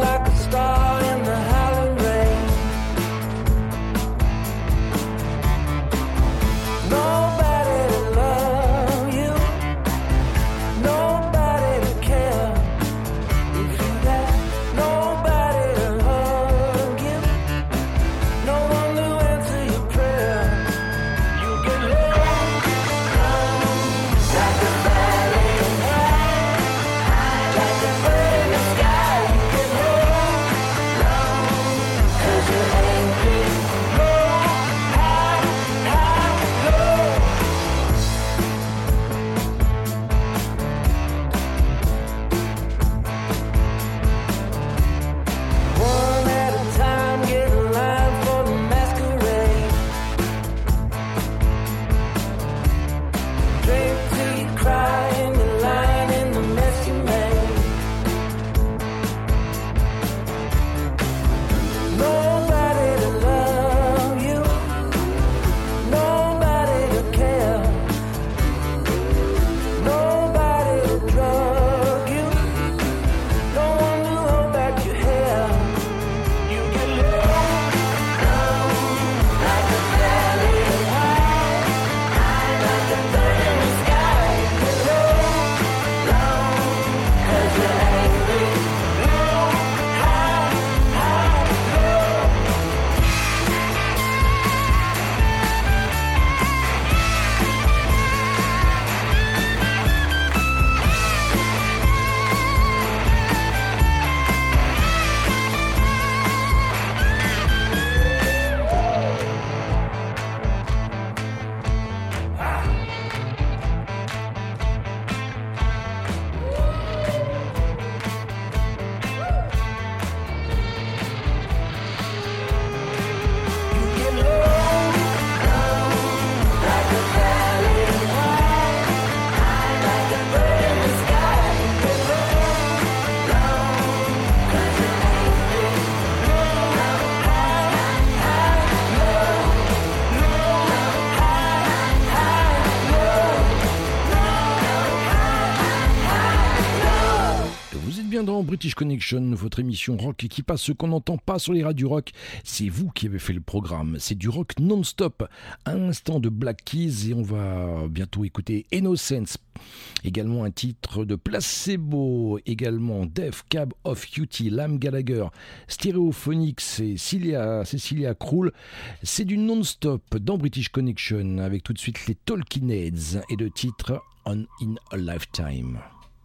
bien dans British Connection, votre émission rock qui passe ce qu'on n'entend pas sur les radios rock. C'est vous qui avez fait le programme. C'est du rock non-stop. Un instant de Black Keys et on va bientôt écouter Innocence. Également un titre de Placebo. Également Death Cab of Cutie, Liam Gallagher, Stereophonics et Cecilia, Cecilia Krull. C'est du non-stop dans British Connection avec tout de suite les Talking Heads et le titre On in a Lifetime.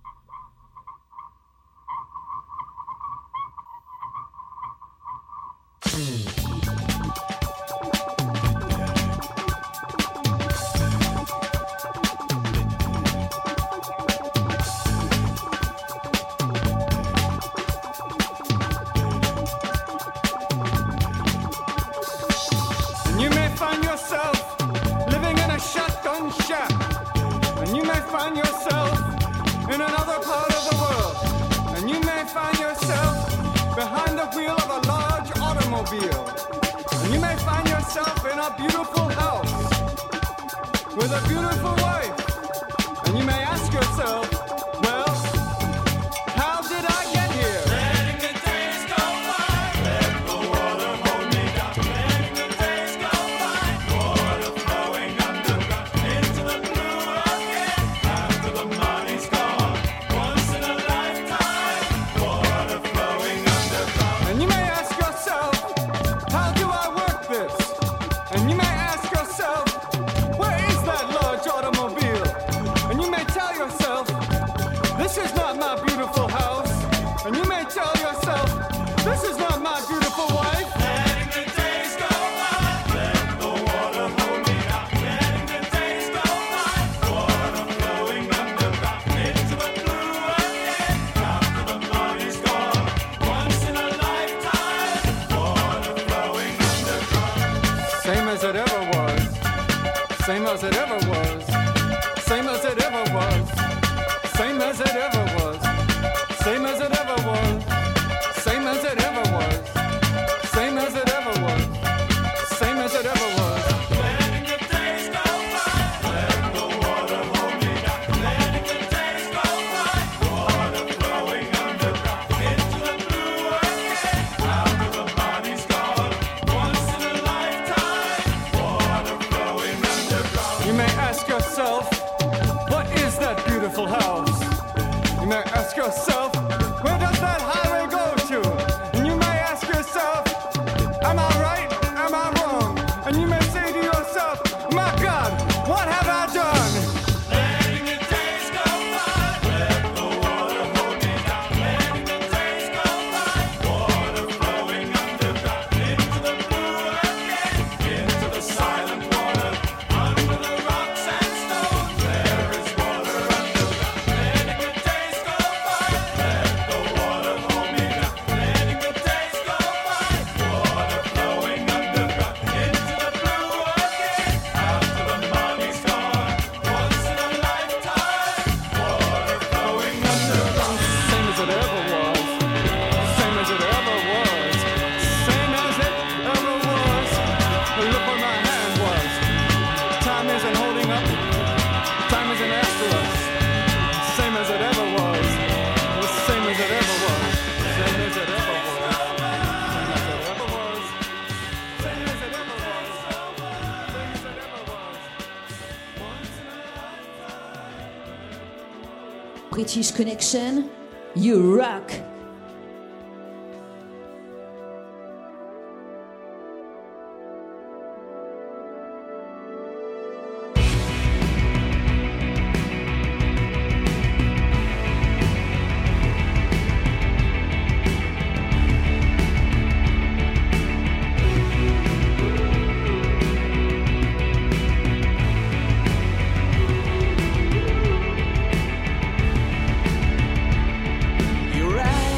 You may find yourself living in a shotgun shack, and you may find yourself in another part of the world, and you may find yourself behind the wheel of a large automobile, and you may find yourself in a beautiful house with a beautiful wife, and you may ask yourself, well, how did I get here? Letting the days go by, let the water hold me down. Letting the days go by, water flowing underground into the blue again. After the money's gone, once in a lifetime, water flowing underground. And you may ask yourself, how do I work this? And you may ask yourself, where is that large automobile? And you may tell yourself, this is not my beautiful house. And you may tell yourself, this is not my beautiful wife. Letting the days go by, let the water hold me down. Letting the days go by, water flowing underground into the blue again. After the money's gone, once in a lifetime, water flowing underground. Same as it ever was, same as it ever was, same as it ever was, same as it ever was, same as it ever was, same as it ever was, same as it ever was, same as it ever was. Letting the days go by, let the water hold me down. Letting the days go by, water flowing underground into the blue again. After the money's gone, once in a lifetime, water flowing underground. You may ask yourself, what is that beautiful house? You may ask yourself, where does that highway go to? And you may ask yourself, am I right? Am I wrong? And you may say to yourself, my God, what have I done? Letting the days go by, let the water hold me down. Letting the days go by, water flowing underground into the blue again, into the silent water, under the rocks and stones. There is water underground. Letting the days go by, let the water hold me down. Letting the days go by, water flowing underground into the blue again. After the money's gone, once in a lifetime, water flowing underground. Same as it ever was, same as it ever was, same as it ever was. Look where my hand was. Time isn't holding up, time isn't after us. Same as it ever was, same as it ever was, same as it ever was, same as it ever was, same as it ever was, same as it ever was. Once in a British Connection, you rock. You're right.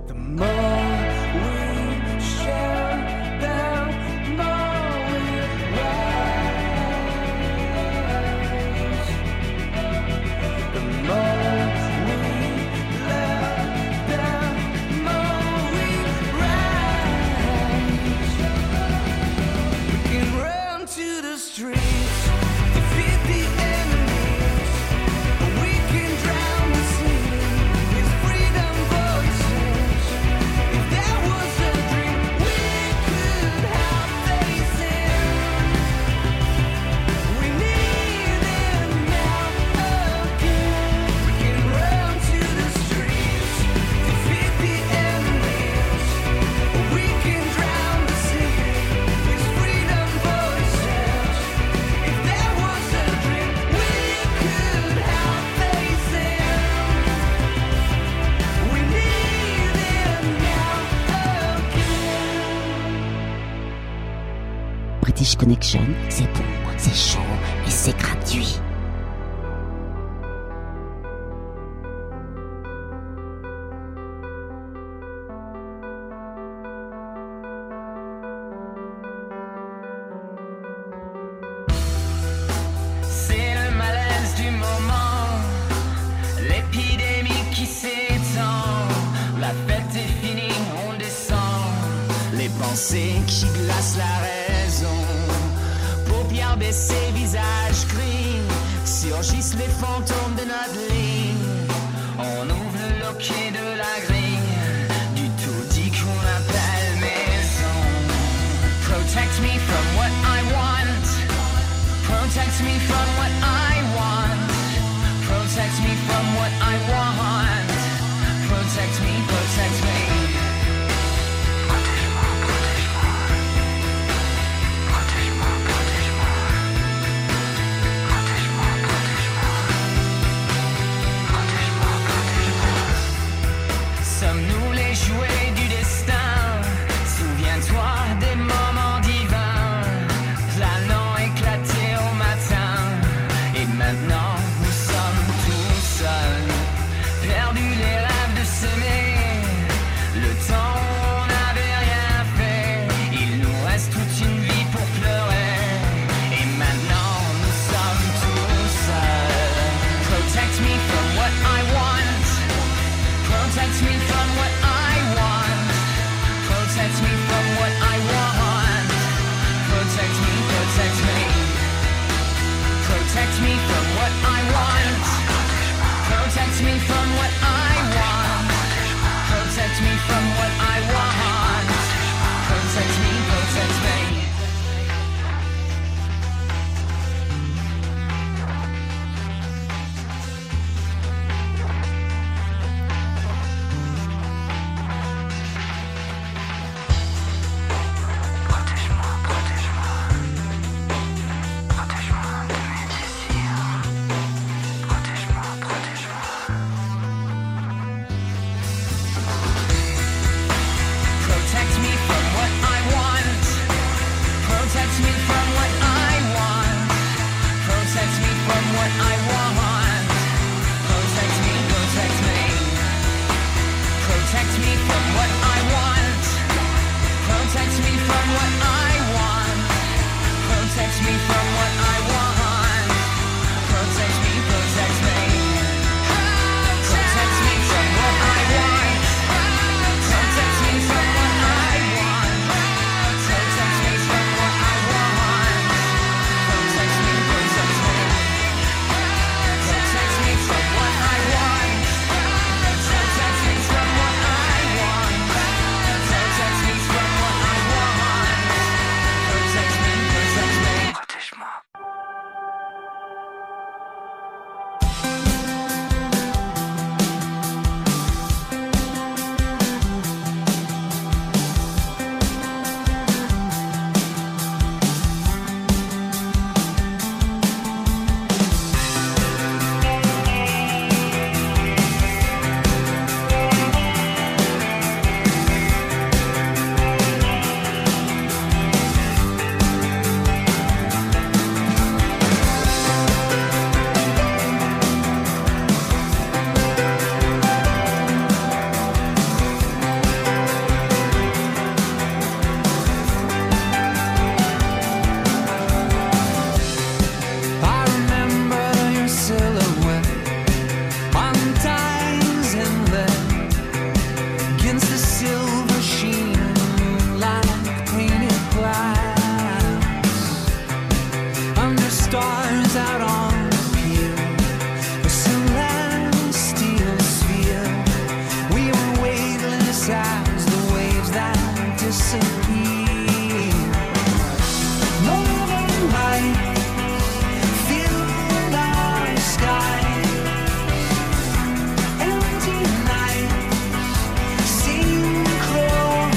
The more we share, the more we rise. The more we love, the more we rise. We can run to the streets, defeat the enemies, or we can drown the sea with freedom voices. If there was a dream we could have faces, we need them now again. We can run to the streets, defeat the enemies, or we can drown the sea with freedom voices. If there was a dream we could have faces, we need them now again. British Connection, c'est bon, c'est chaud et c'est gratuit. C'est le malaise du moment, l'épidémie qui s'étend. La fête est finie, on descend. Les pensées qui glacent la raison. Paupières baissées, visage gris, surgissent les fantômes de notre ligne. On ouvre le loquet de la grille, du tout dit qu'on appelle maison. Protect me from what I want. Protect me from what I want. Protect me from what I want. Protect me, protect me. Protège-moi, protège-moi. Protège-moi, protège-moi. Protège-moi, protège-moi. Protège-moi, protège-moi. Sommes-nous les jouets du destin? Souviens-toi des moments divins, planant éclatés au matin. Et maintenant nous sommes tous seuls, perdus les rêves de s'aimer. Le temps on n'avait rien fait, il nous reste toute une vie pour pleurer. Et maintenant nous sommes tous seuls. Protect me from what I want. Protect me from what I want. Protect me from what I want. Protect me, protect me. Protect me from what I want. Protect me from what I want. Protect me from what I want. Protect me, protect me. Protège-moi, protège-moi. Protège-moi de mes désirs. Protège-moi, protège-moi. Protect me from what I want. Protect me from what I want. Protect me from what I want. Protect me, protect me. Protect me from what I want. Protect me from what I want. Protect me from what I want. Protect me, protect me. Protect me from what I want. Protect me from what I want. Protect me from what I want. Protect me, protect me. Protect me from what I want. Protect me from what I want. Protect me from what I want. disappear. Northern lights fill the sky. Empty nights synchronized.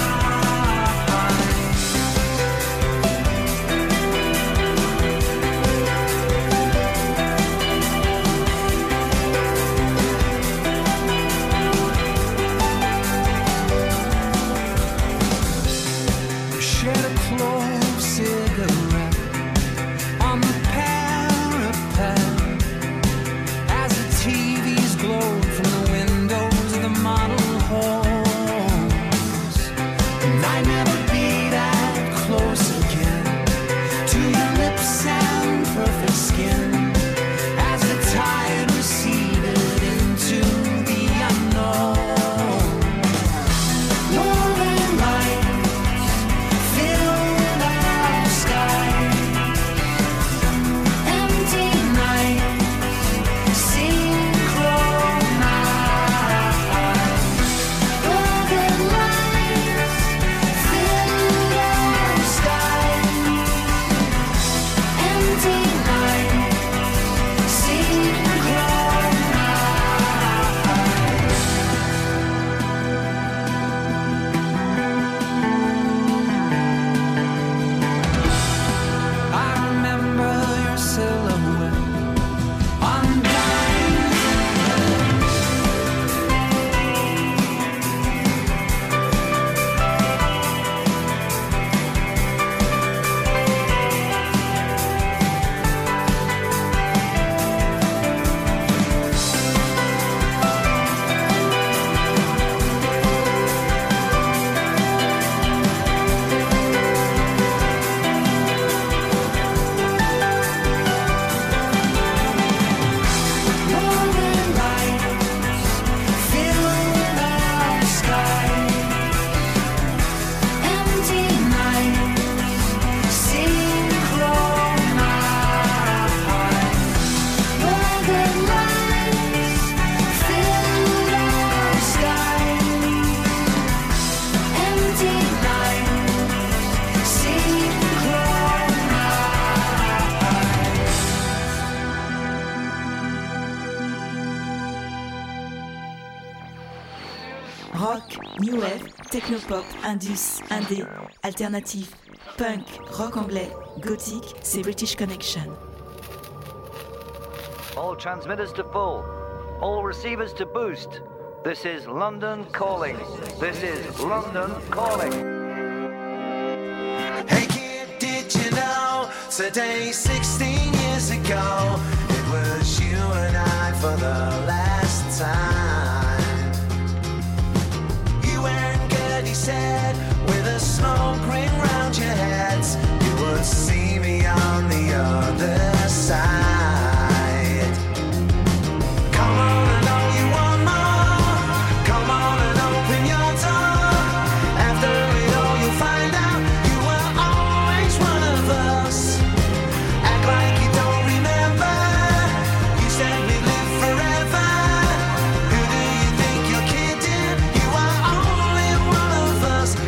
Shed a clove cigarette on the parapet as the T Vs glowed from the windows of the model homes. And I'd never be that close again to your lips and perfect skin as the tide receded into the unknown. Northern lights fill the sky. Empty nights synchronized. Northern lights fill the sky. Empty nights synchronized. I remember your silhouette on diamond. Northern lights fill the sky. Empty nights synchronized. Northern lights fill the sky. Empty nights synchronized. Rock, new wave, technopop, indus, indé, alternatif, punk, rock anglais, gothique, c'est British Connection. All transmitters to full. All receivers to boost. This is London calling. This is London calling. Hey kid, did you know today, sixteen years ago, it was you and I for the last time. You weren't good, he said, with a smoke ring round your heads. You would see me on the other side. Come on, I know you want more. Come on and open your door. After it all, you'll find out you were always one of us. Act like you don't remember. You said we live forever. Who do you think you're kidding? You are only one of us.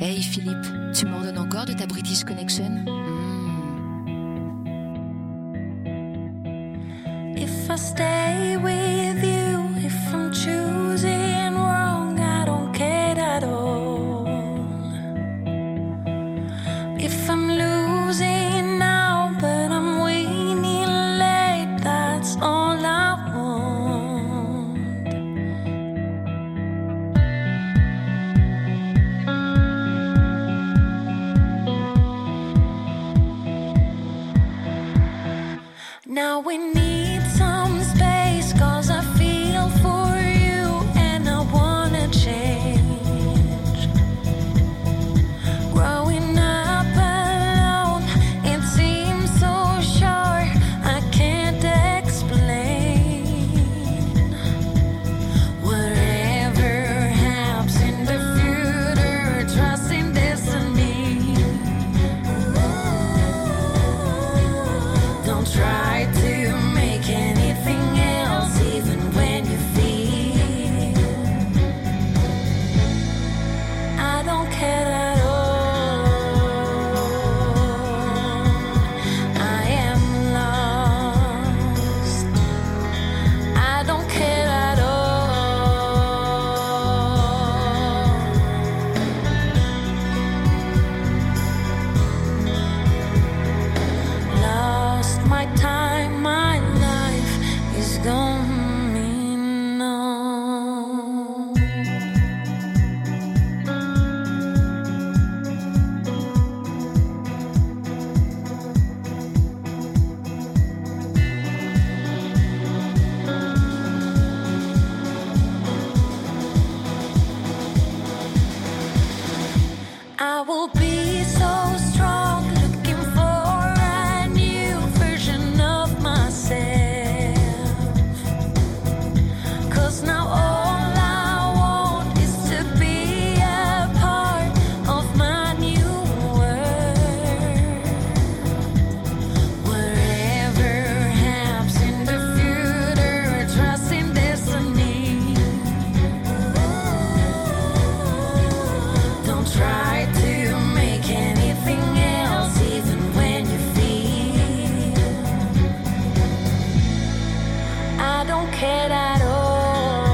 Hey Philippe, tu m'ordonnes encore de ta British Connection? If I stay with you, if I'm choosing wrong, I don't care at all. If I'm losing now, but I'm winning late, that's all I want. Now we need some space, cause I feel for you and I wanna change. Growing up alone, it seems so short, I can't explain. Whatever happens in the future, trust in destiny. Don't try to make anything else, even when you feel I don't care at all. I am lost. I don't care at all. Lost my time, my life is going on. I will be so strong, looking for a new version of myself. Cause now all I want is to be a part of my new world. Whatever happens in the future, trust in destiny. Don't try to make anything else, even when you feel I don't care at all.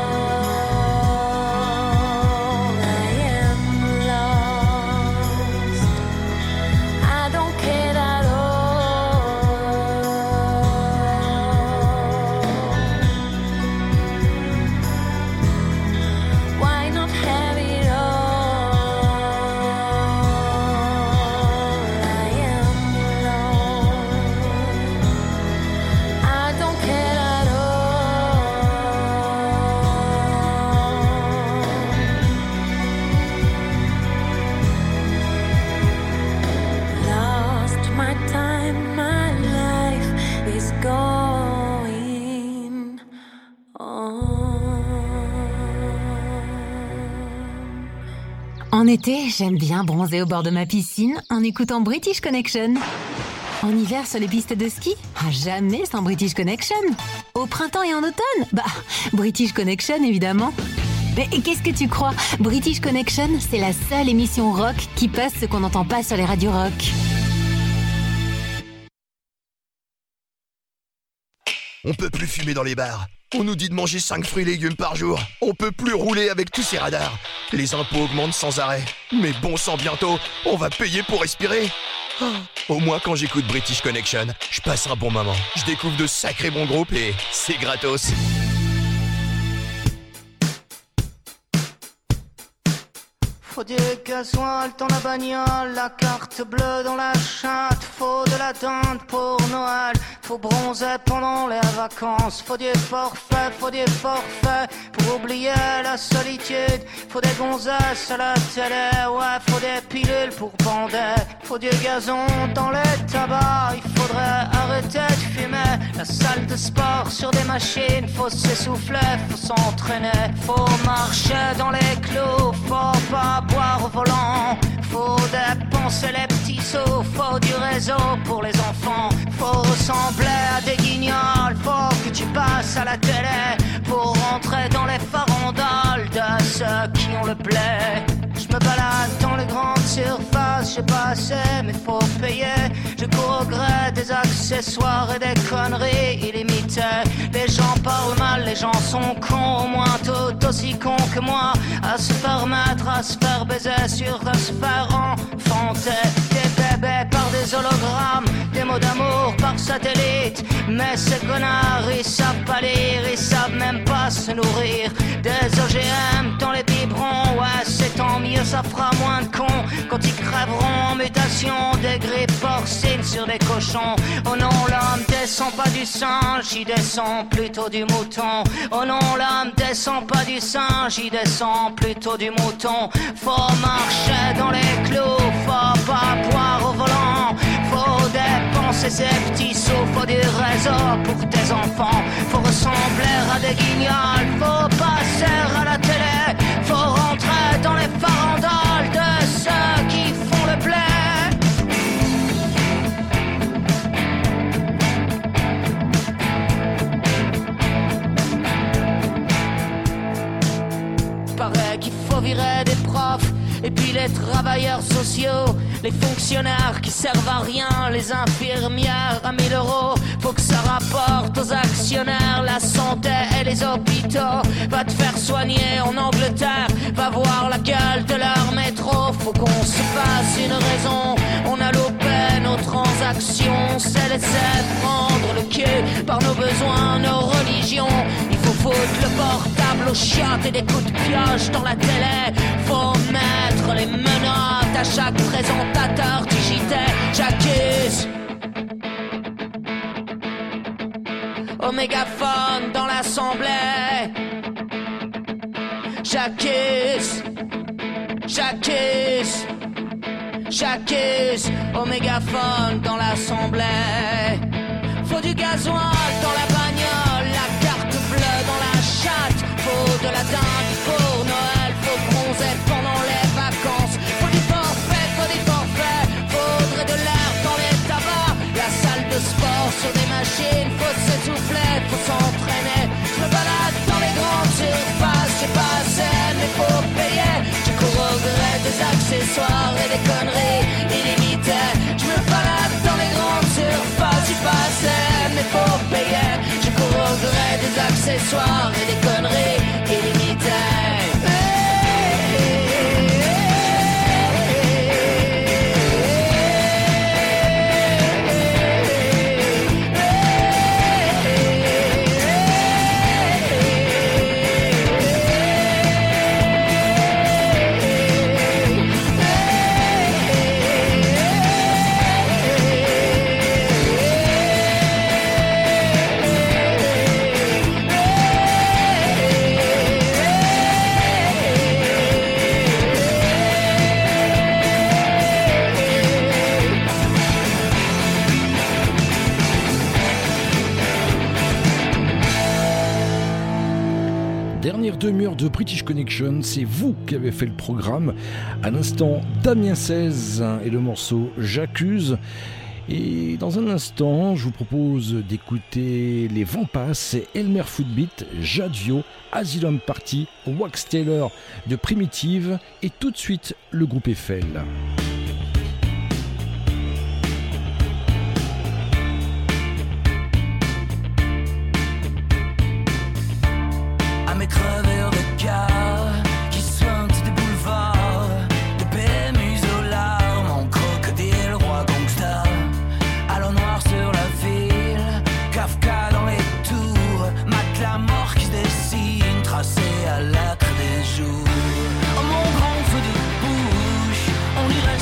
I am lost. I don't care at all. Why not have it all? I am lost. I don't care at all. Lost my time, my life is going on. En été, j'aime bien bronzer au bord de ma piscine en écoutant British Connection. En hiver, sur les pistes de ski, ah, jamais sans British Connection. Au printemps et en automne, bah, British Connection évidemment. Mais qu'est-ce que tu crois? British Connection, c'est la seule émission rock qui passe ce qu'on n'entend pas sur les radios rock. On peut plus fumer dans les bars. On nous dit de manger cinq fruits et légumes par jour. On peut plus rouler avec tous ces radars. Les impôts augmentent sans arrêt. Mais bon sang, bientôt, on va payer pour respirer. Oh, au moins quand j'écoute British Connection, je passe un bon moment. Je découvre de sacrés bons groupes et c'est gratos. Faut du gasoil dans la bagnole, la carte bleue dans la chatte. Faut de la dinde pour Noël, faut bronzer pendant les vacances. Faut du forfait, faut du forfait pour oublier la solitude. Faut des gonzesses à la télé, ouais, faut des pilules pour bander. Faut du gazon dans les tabacs, il faudrait arrêter de fumer. La salle de sport sur des machines, faut s'essouffler, faut s'entraîner. Faut marcher dans les clous, faut pas boire au volant. Faut dépenser les petits sous, faut du réseau pour les enfants. Faut ressembler à des guignols, faut que tu passes à la télé pour rentrer dans les farandoles de ceux qui ont le blé. Je me me balade dans les grandes surfaces, j'ai pas assez mais faut payer. Je cours au gré des accessoires et des conneries illimitées. Les gens parlent mal, les gens sont cons, au moins tout aussi cons que moi. À se faire mettre, à se faire baiser, sur à se faire enfanter. Des bébés par des hologrammes, des mots d'amour par satellite. Mais ces connards, ils savent pas lire, ils savent même pas se nourrir. Des O G M dans les biberons, ouais c'est tant mieux, ça fera moins de cons quand ils crèveront en mutation. Des grippes porcines sur des cochons. Oh non, l'homme descend pas du singe, il descend plutôt du mouton. Oh non, l'homme descend pas du singe, il descend plutôt du mouton. Faut marcher dans les clous, faut pas boire au volant. Faut dépenser ses petits sous, faut du réseau pour tes enfants. Faut ressembler à des guignols, faut passer à la télé. Faut rentrer dans les farandoles de ceux qui font le blé. Paraît qu'il faut virer des profs et puis les travailleurs sociaux, les fonctionnaires qui servent à rien, les infirmières à mille euros. Faut que ça rapporte aux actionnaires la santé et les hôpitaux. Va te faire soigner en Angleterre, va voir la gueule de leur métro. Faut qu'on se fasse une raison, on a loupé nos transactions. C'est laisser prendre le cul par nos besoins, nos religions. Il faut foutre le portable aux chiottes et des coups de pioche dans la télé. Faut mettre les menottes à chaque présentateur du J T. J'accuse au mégaphone dans l'assemblée. J'accuse, j'accuse, j'accuse au mégaphone dans l'assemblée. Faut du gasoil dans la bagnole, la carte bleue dans la chatte. Faut de la dinde pour Noël, faut bronzer pendant les vacances. Faut du forfait, faut des forfaits, faudrait de l'air dans les tabacs. La salle de sport sur des machines, faut s'essouffler, faut s'entraîner. Je me balade dans les grandes surfaces, j'ai pas assez mais faut payer. Je cours au gré des accessoires et des conneries illimitées. Je me balade dans les grandes surfaces, j'ai pas assez mais faut payer. Je cours au gré des accessoires et des conneries illimitées. Dernière demi-heure de British Connection, c'est vous qui avez fait le programme. À l'instant, Damien seize et le morceau J'accuse. Et dans un instant, je vous propose d'écouter les Vampas, Elmer Footbeat, Jadvio, Asylum Party, Wax Taylor de Primitive et tout de suite le groupe Eiffel. Creveurs de gars qui sointent des boulevards, de P M Us aux larmes, en crocodile, roi gangsta, à l'eau noire sur la ville, Kafka dans les tours, matelas mort qui se dessine, tracé à l'acre des jours. Oh mon grand feu de bouche, on irait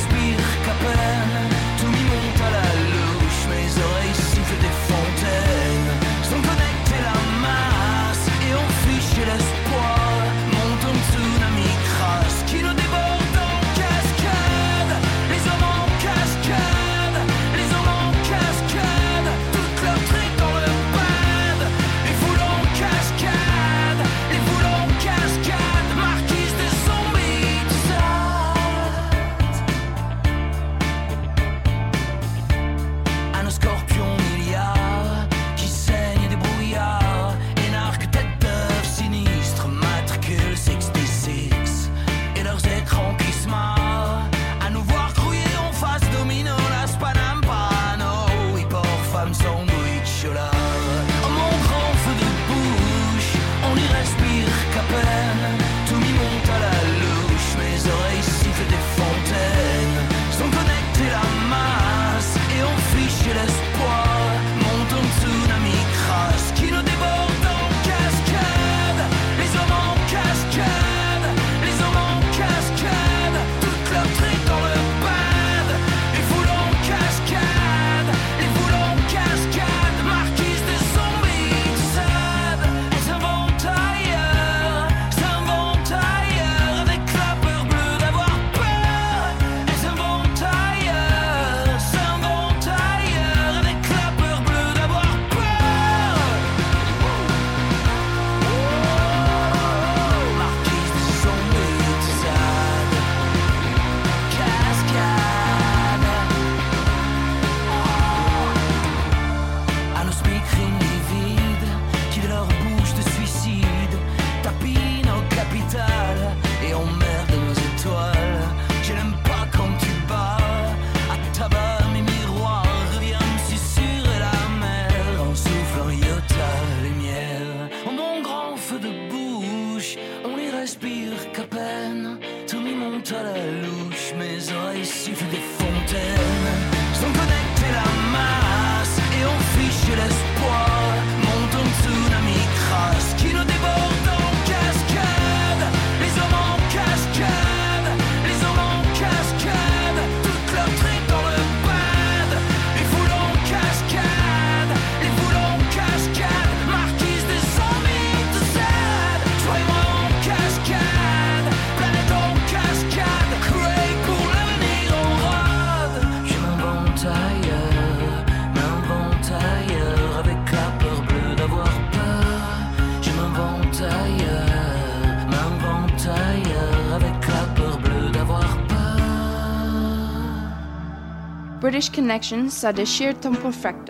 chante à la louche, mes oreilles sifflent des fontaines. Sans connecter la masse et on fiche l'espoir. Monte un tsunami crasse qui nous déborde en cascade. Les hommes en cascade, les hommes en cascade, toute leur trique dans le pad. Les foules en cascade, les foules en cascade, marquise des zombies de Z. Toi et moi en cascade, planète en cascade, Cray pour l'avenir en rade. Je m'invente ailleurs, m'invente ailleurs, avec la peur bleue d'avoir peur. Je m'invente ailleurs, m'invente ailleurs, avec la peur bleue d'avoir peur. British Connection sa déchire ton perfecto.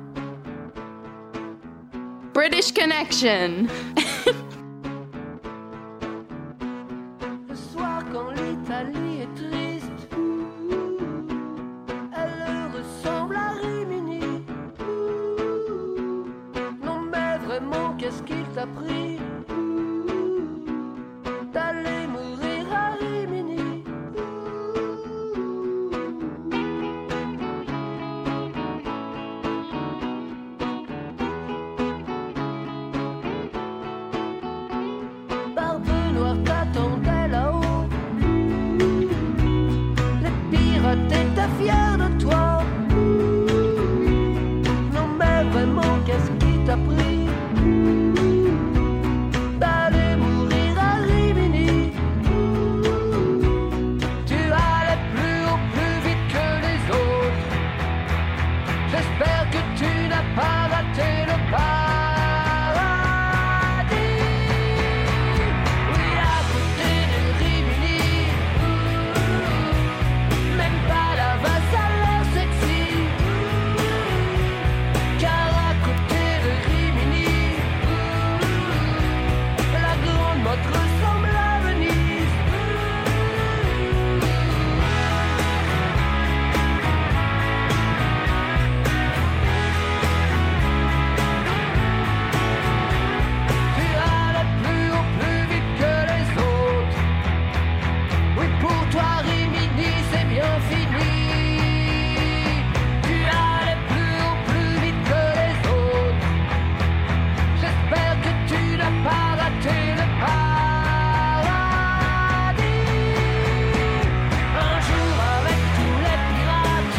British Connection! Le soir quand l'Italie est triste, elle ressemble à Rimini. Non mais vraiment qu'est-ce qu'il t'a pris d'aller mourir à Rimini? Barbe noire t'attendait là-haut, les pirates étaient fiers de toi. Non mais vraiment qu'est-ce qui t'a pris d'aller mourir à Rimini? Tu allais plus haut, plus vite que les autres. J'espère que tu n'as pas raté le paradis. Oui, à côté de Rimini, même pas la vase a l'air sexy. Car à côté de Rimini, la grande motte ressemble à Venise. Tu allais plus haut, plus vite que les autres. Oui, pour toi, Rimini, c'est bien fini. Tu allais plus haut, plus vite que les autres. J'espère que tu n'as pas raté le paradis. Un jour, avec tous les pirates,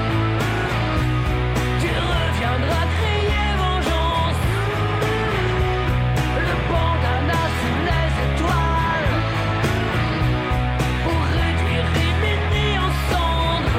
tu reviendras crier vengeance. Le bandana sous les étoiles pour réduire Rimini en cendres.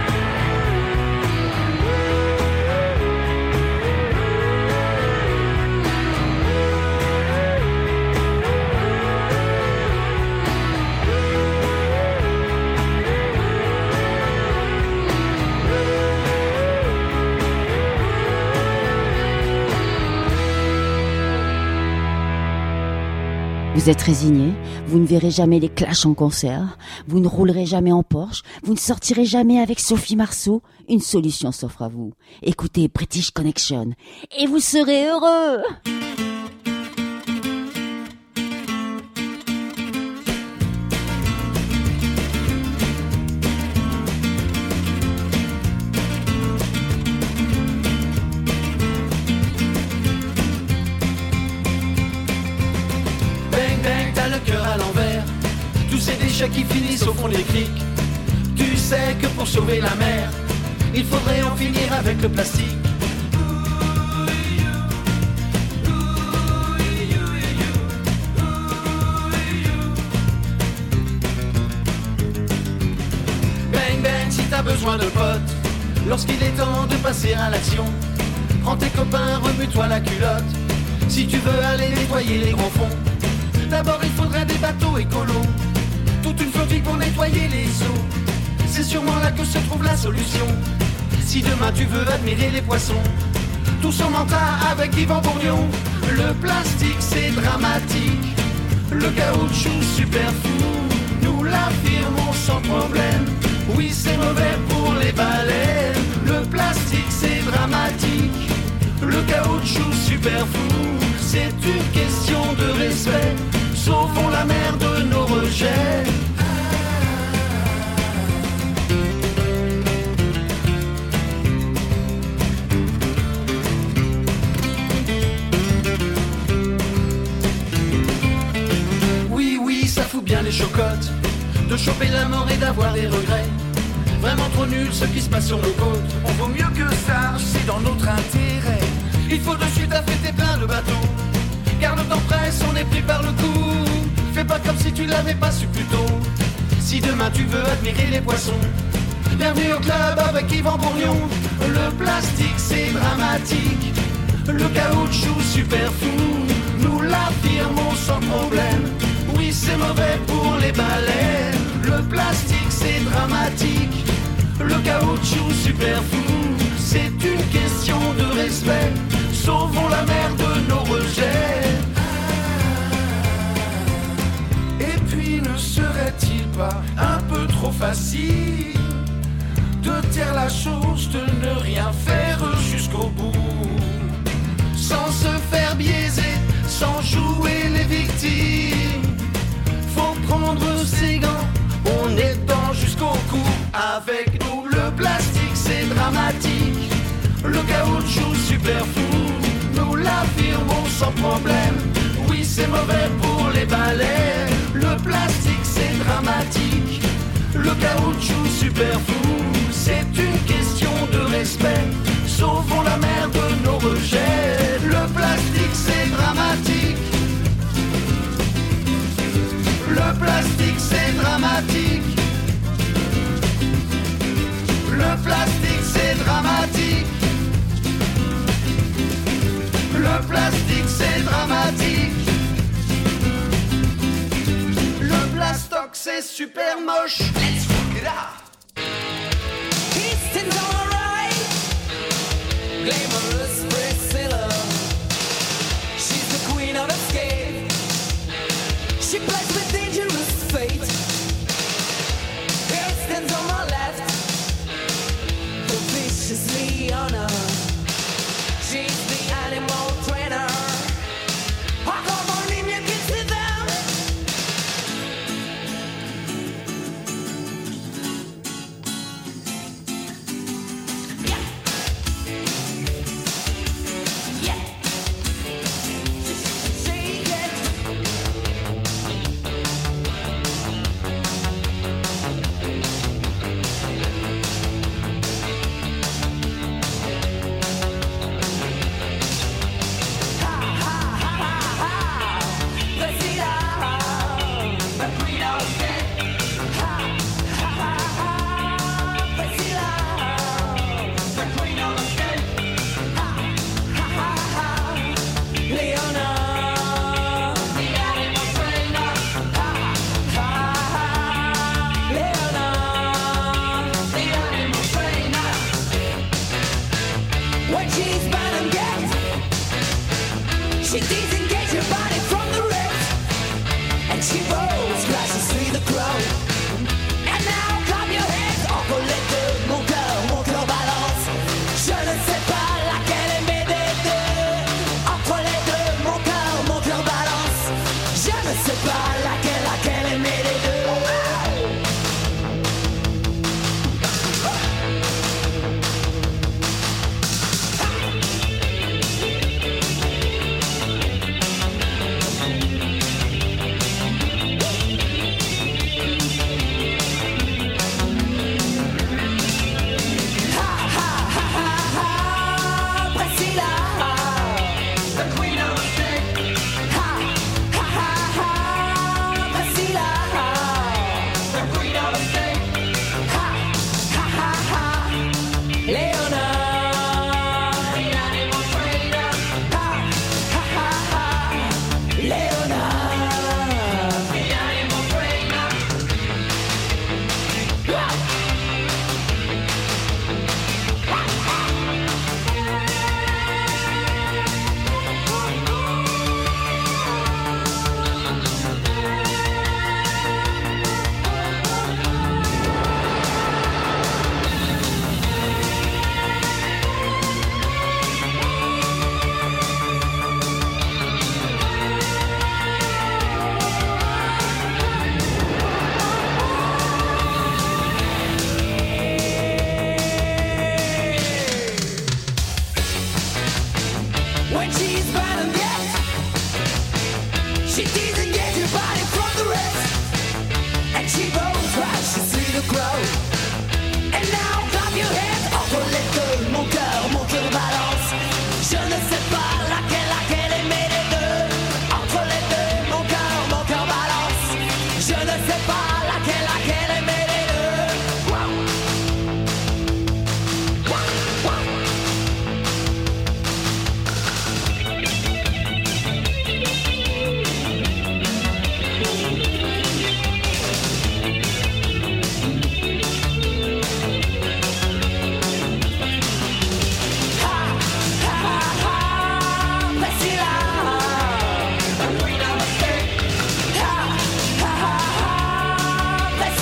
Vous êtes résigné, vous ne verrez jamais les Clash en concert, vous ne roulerez jamais en Porsche, vous ne sortirez jamais avec Sophie Marceau. Une solution s'offre à vous. Écoutez British Connection et vous serez heureux. Bang bang, t'as le cœur à l'envers. Tous ces déchets qui finissent au fond des criques. Tu sais que pour sauver la mer, il faudrait en finir avec le plastique. Bang bang, si t'as besoin de potes, lorsqu'il est temps de passer à l'action, prends tes copains, remue-toi la culotte. Si tu veux aller nettoyer les grands fonds, d'abord il faudrait des bateaux écolos, toute une flottille pour nettoyer les eaux. C'est sûrement là que se trouve la solution. Si demain tu veux admirer les poissons, tous en mentat avec Yvan Bourgnon. Le plastique c'est dramatique, le caoutchouc super fou, nous l'affirmons sans problème. Oui c'est mauvais pour les baleines. Le plastique c'est dramatique, le caoutchouc super fou. C'est une question de respect, sauvons la mer de nos rejets. de choper la mort et d'avoir des regrets. Vraiment trop nul ce qui se passe sur nos côtes. On vaut mieux que ça, c'est dans notre intérêt. Il faut de suite affréter plein de bateaux. Car le temps presse, on est pris par le coup. Fais pas comme si tu l'avais pas su plus tôt. Si demain tu veux admirer les poissons, bienvenue au club avec Yvan Bourgnon. Le plastique c'est dramatique, le caoutchouc super fou. Nous l'affirmons sans problème, oui c'est mauvais pour les baleines. Le plastique c'est dramatique, le caoutchouc super fou. C'est une question de respect, sauvons la mer de nos rejets. Et puis ne serait-il pas un peu trop facile de taire la chose, de ne rien faire jusqu'au bout, sans se faire biaiser, sans jouer les victimes. Faut prendre ses gants, on est dedans jusqu'au cou. Avec nous le plastique c'est dramatique, le caoutchouc super fou. Nous l'affirmons sans problème, oui c'est mauvais pour les baleines. Le plastique c'est dramatique, le caoutchouc super fou. C'est une question de respect, sauvons la mer de nos rejets. Le plastique c'est dramatique, le plastique c'est dramatique, le plastique c'est dramatique, le plastique c'est dramatique, le plastoc c'est super moche. Let's fuck it up. Houston's alright, glamorous Priscilla. She's the queen of escape. She plays with dangerous fate. Houston's on my left, the viciously on her. She's the animal trainer. I come on in, you can see them. When she's bad and get, she disengages her body from the rest, and she rolls, crashes through the crowd. And now clap your hands, encore les deux, mon cœur, mon cœur balance. Je ne sais pas laquelle aimer des deux. Entre les deux, mon cœur, mon cœur balance. Je ne sais pas laquelle, laquelle aimer les deux.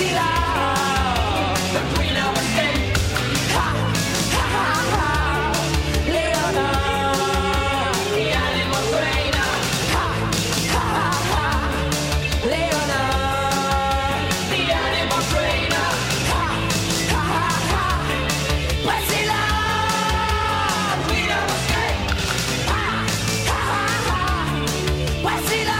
Voici là the queen of escape. Ha, ha, ha, ha. Leona, the animal trainer. Ha, ha, ha, ha. Leona, the animal trainer. Ha, ha, ha, ha. Voici là the queen of escape. Ha, ha, ha, ha. Voici là.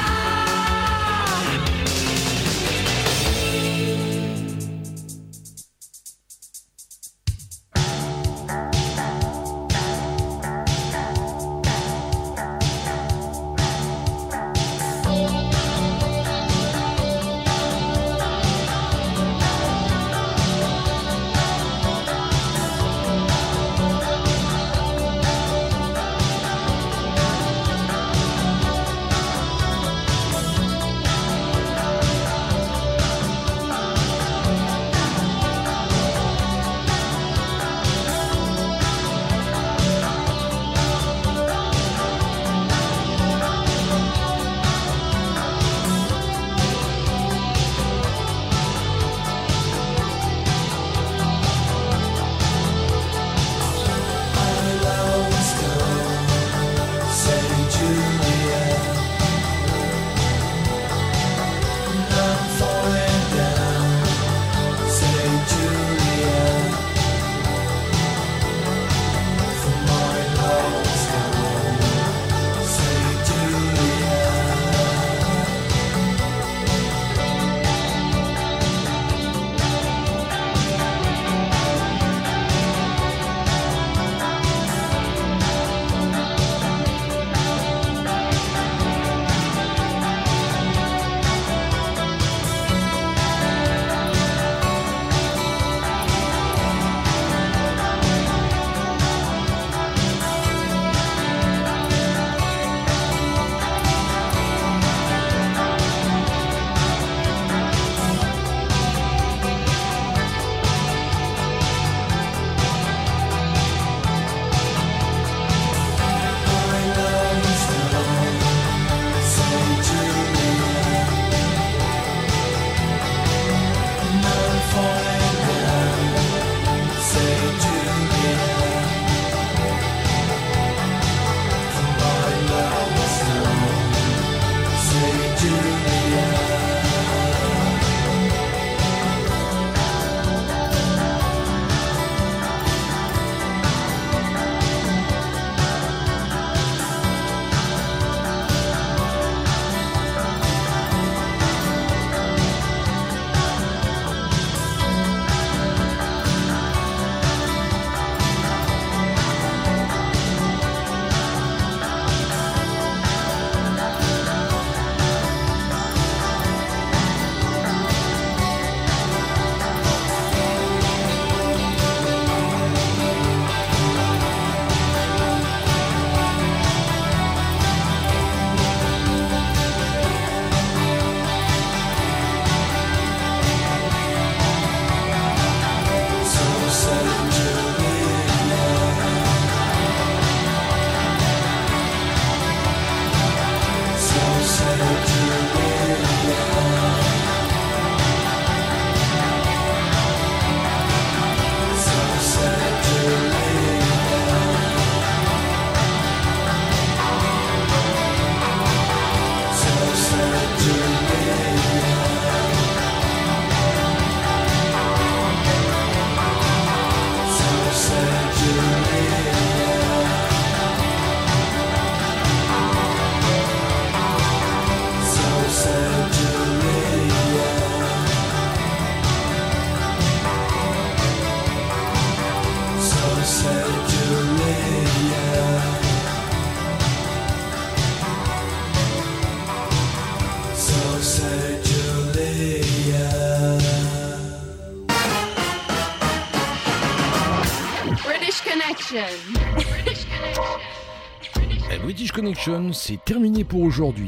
La British Connection, c'est terminé pour aujourd'hui.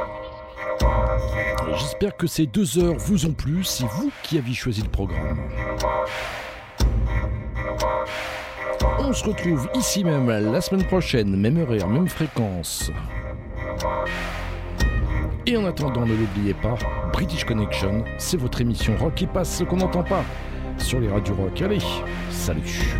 J'espère que ces deux heures vous ont plu, c'est vous qui avez choisi le programme. On se retrouve ici même la semaine prochaine, même horaire, même fréquence. Et en attendant, ne l'oubliez pas, British Connection, c'est votre émission rock qui passe ce qu'on n'entend pas sur les radios rock. Allez, salut.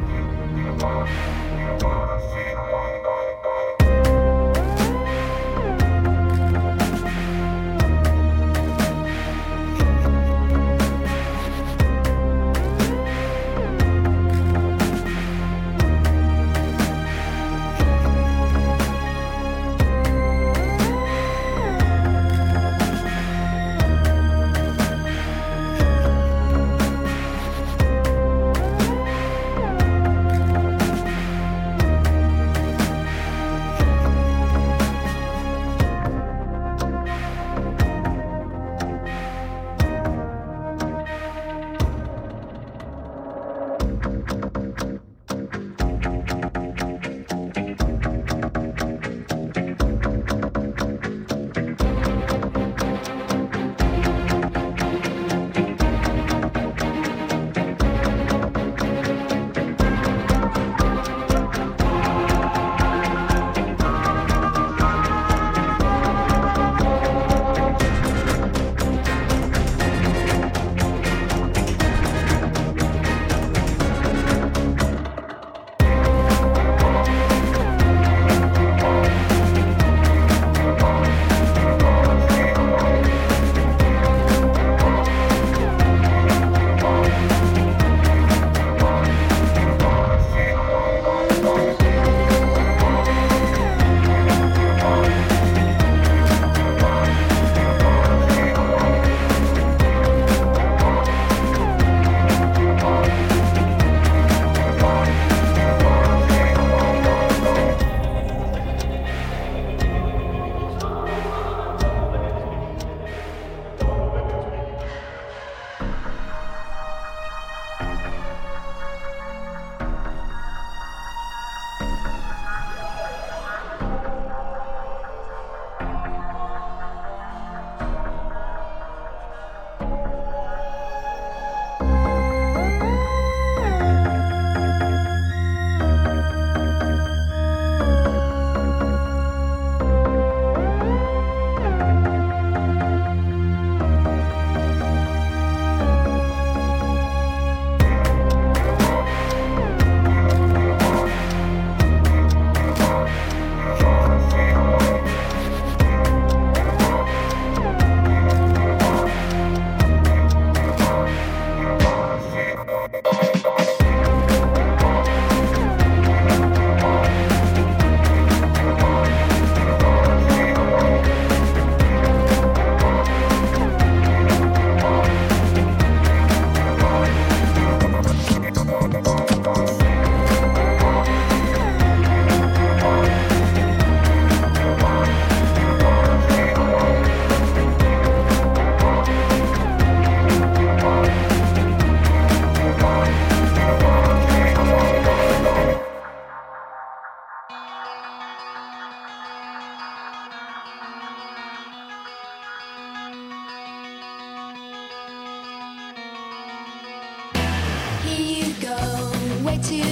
Way too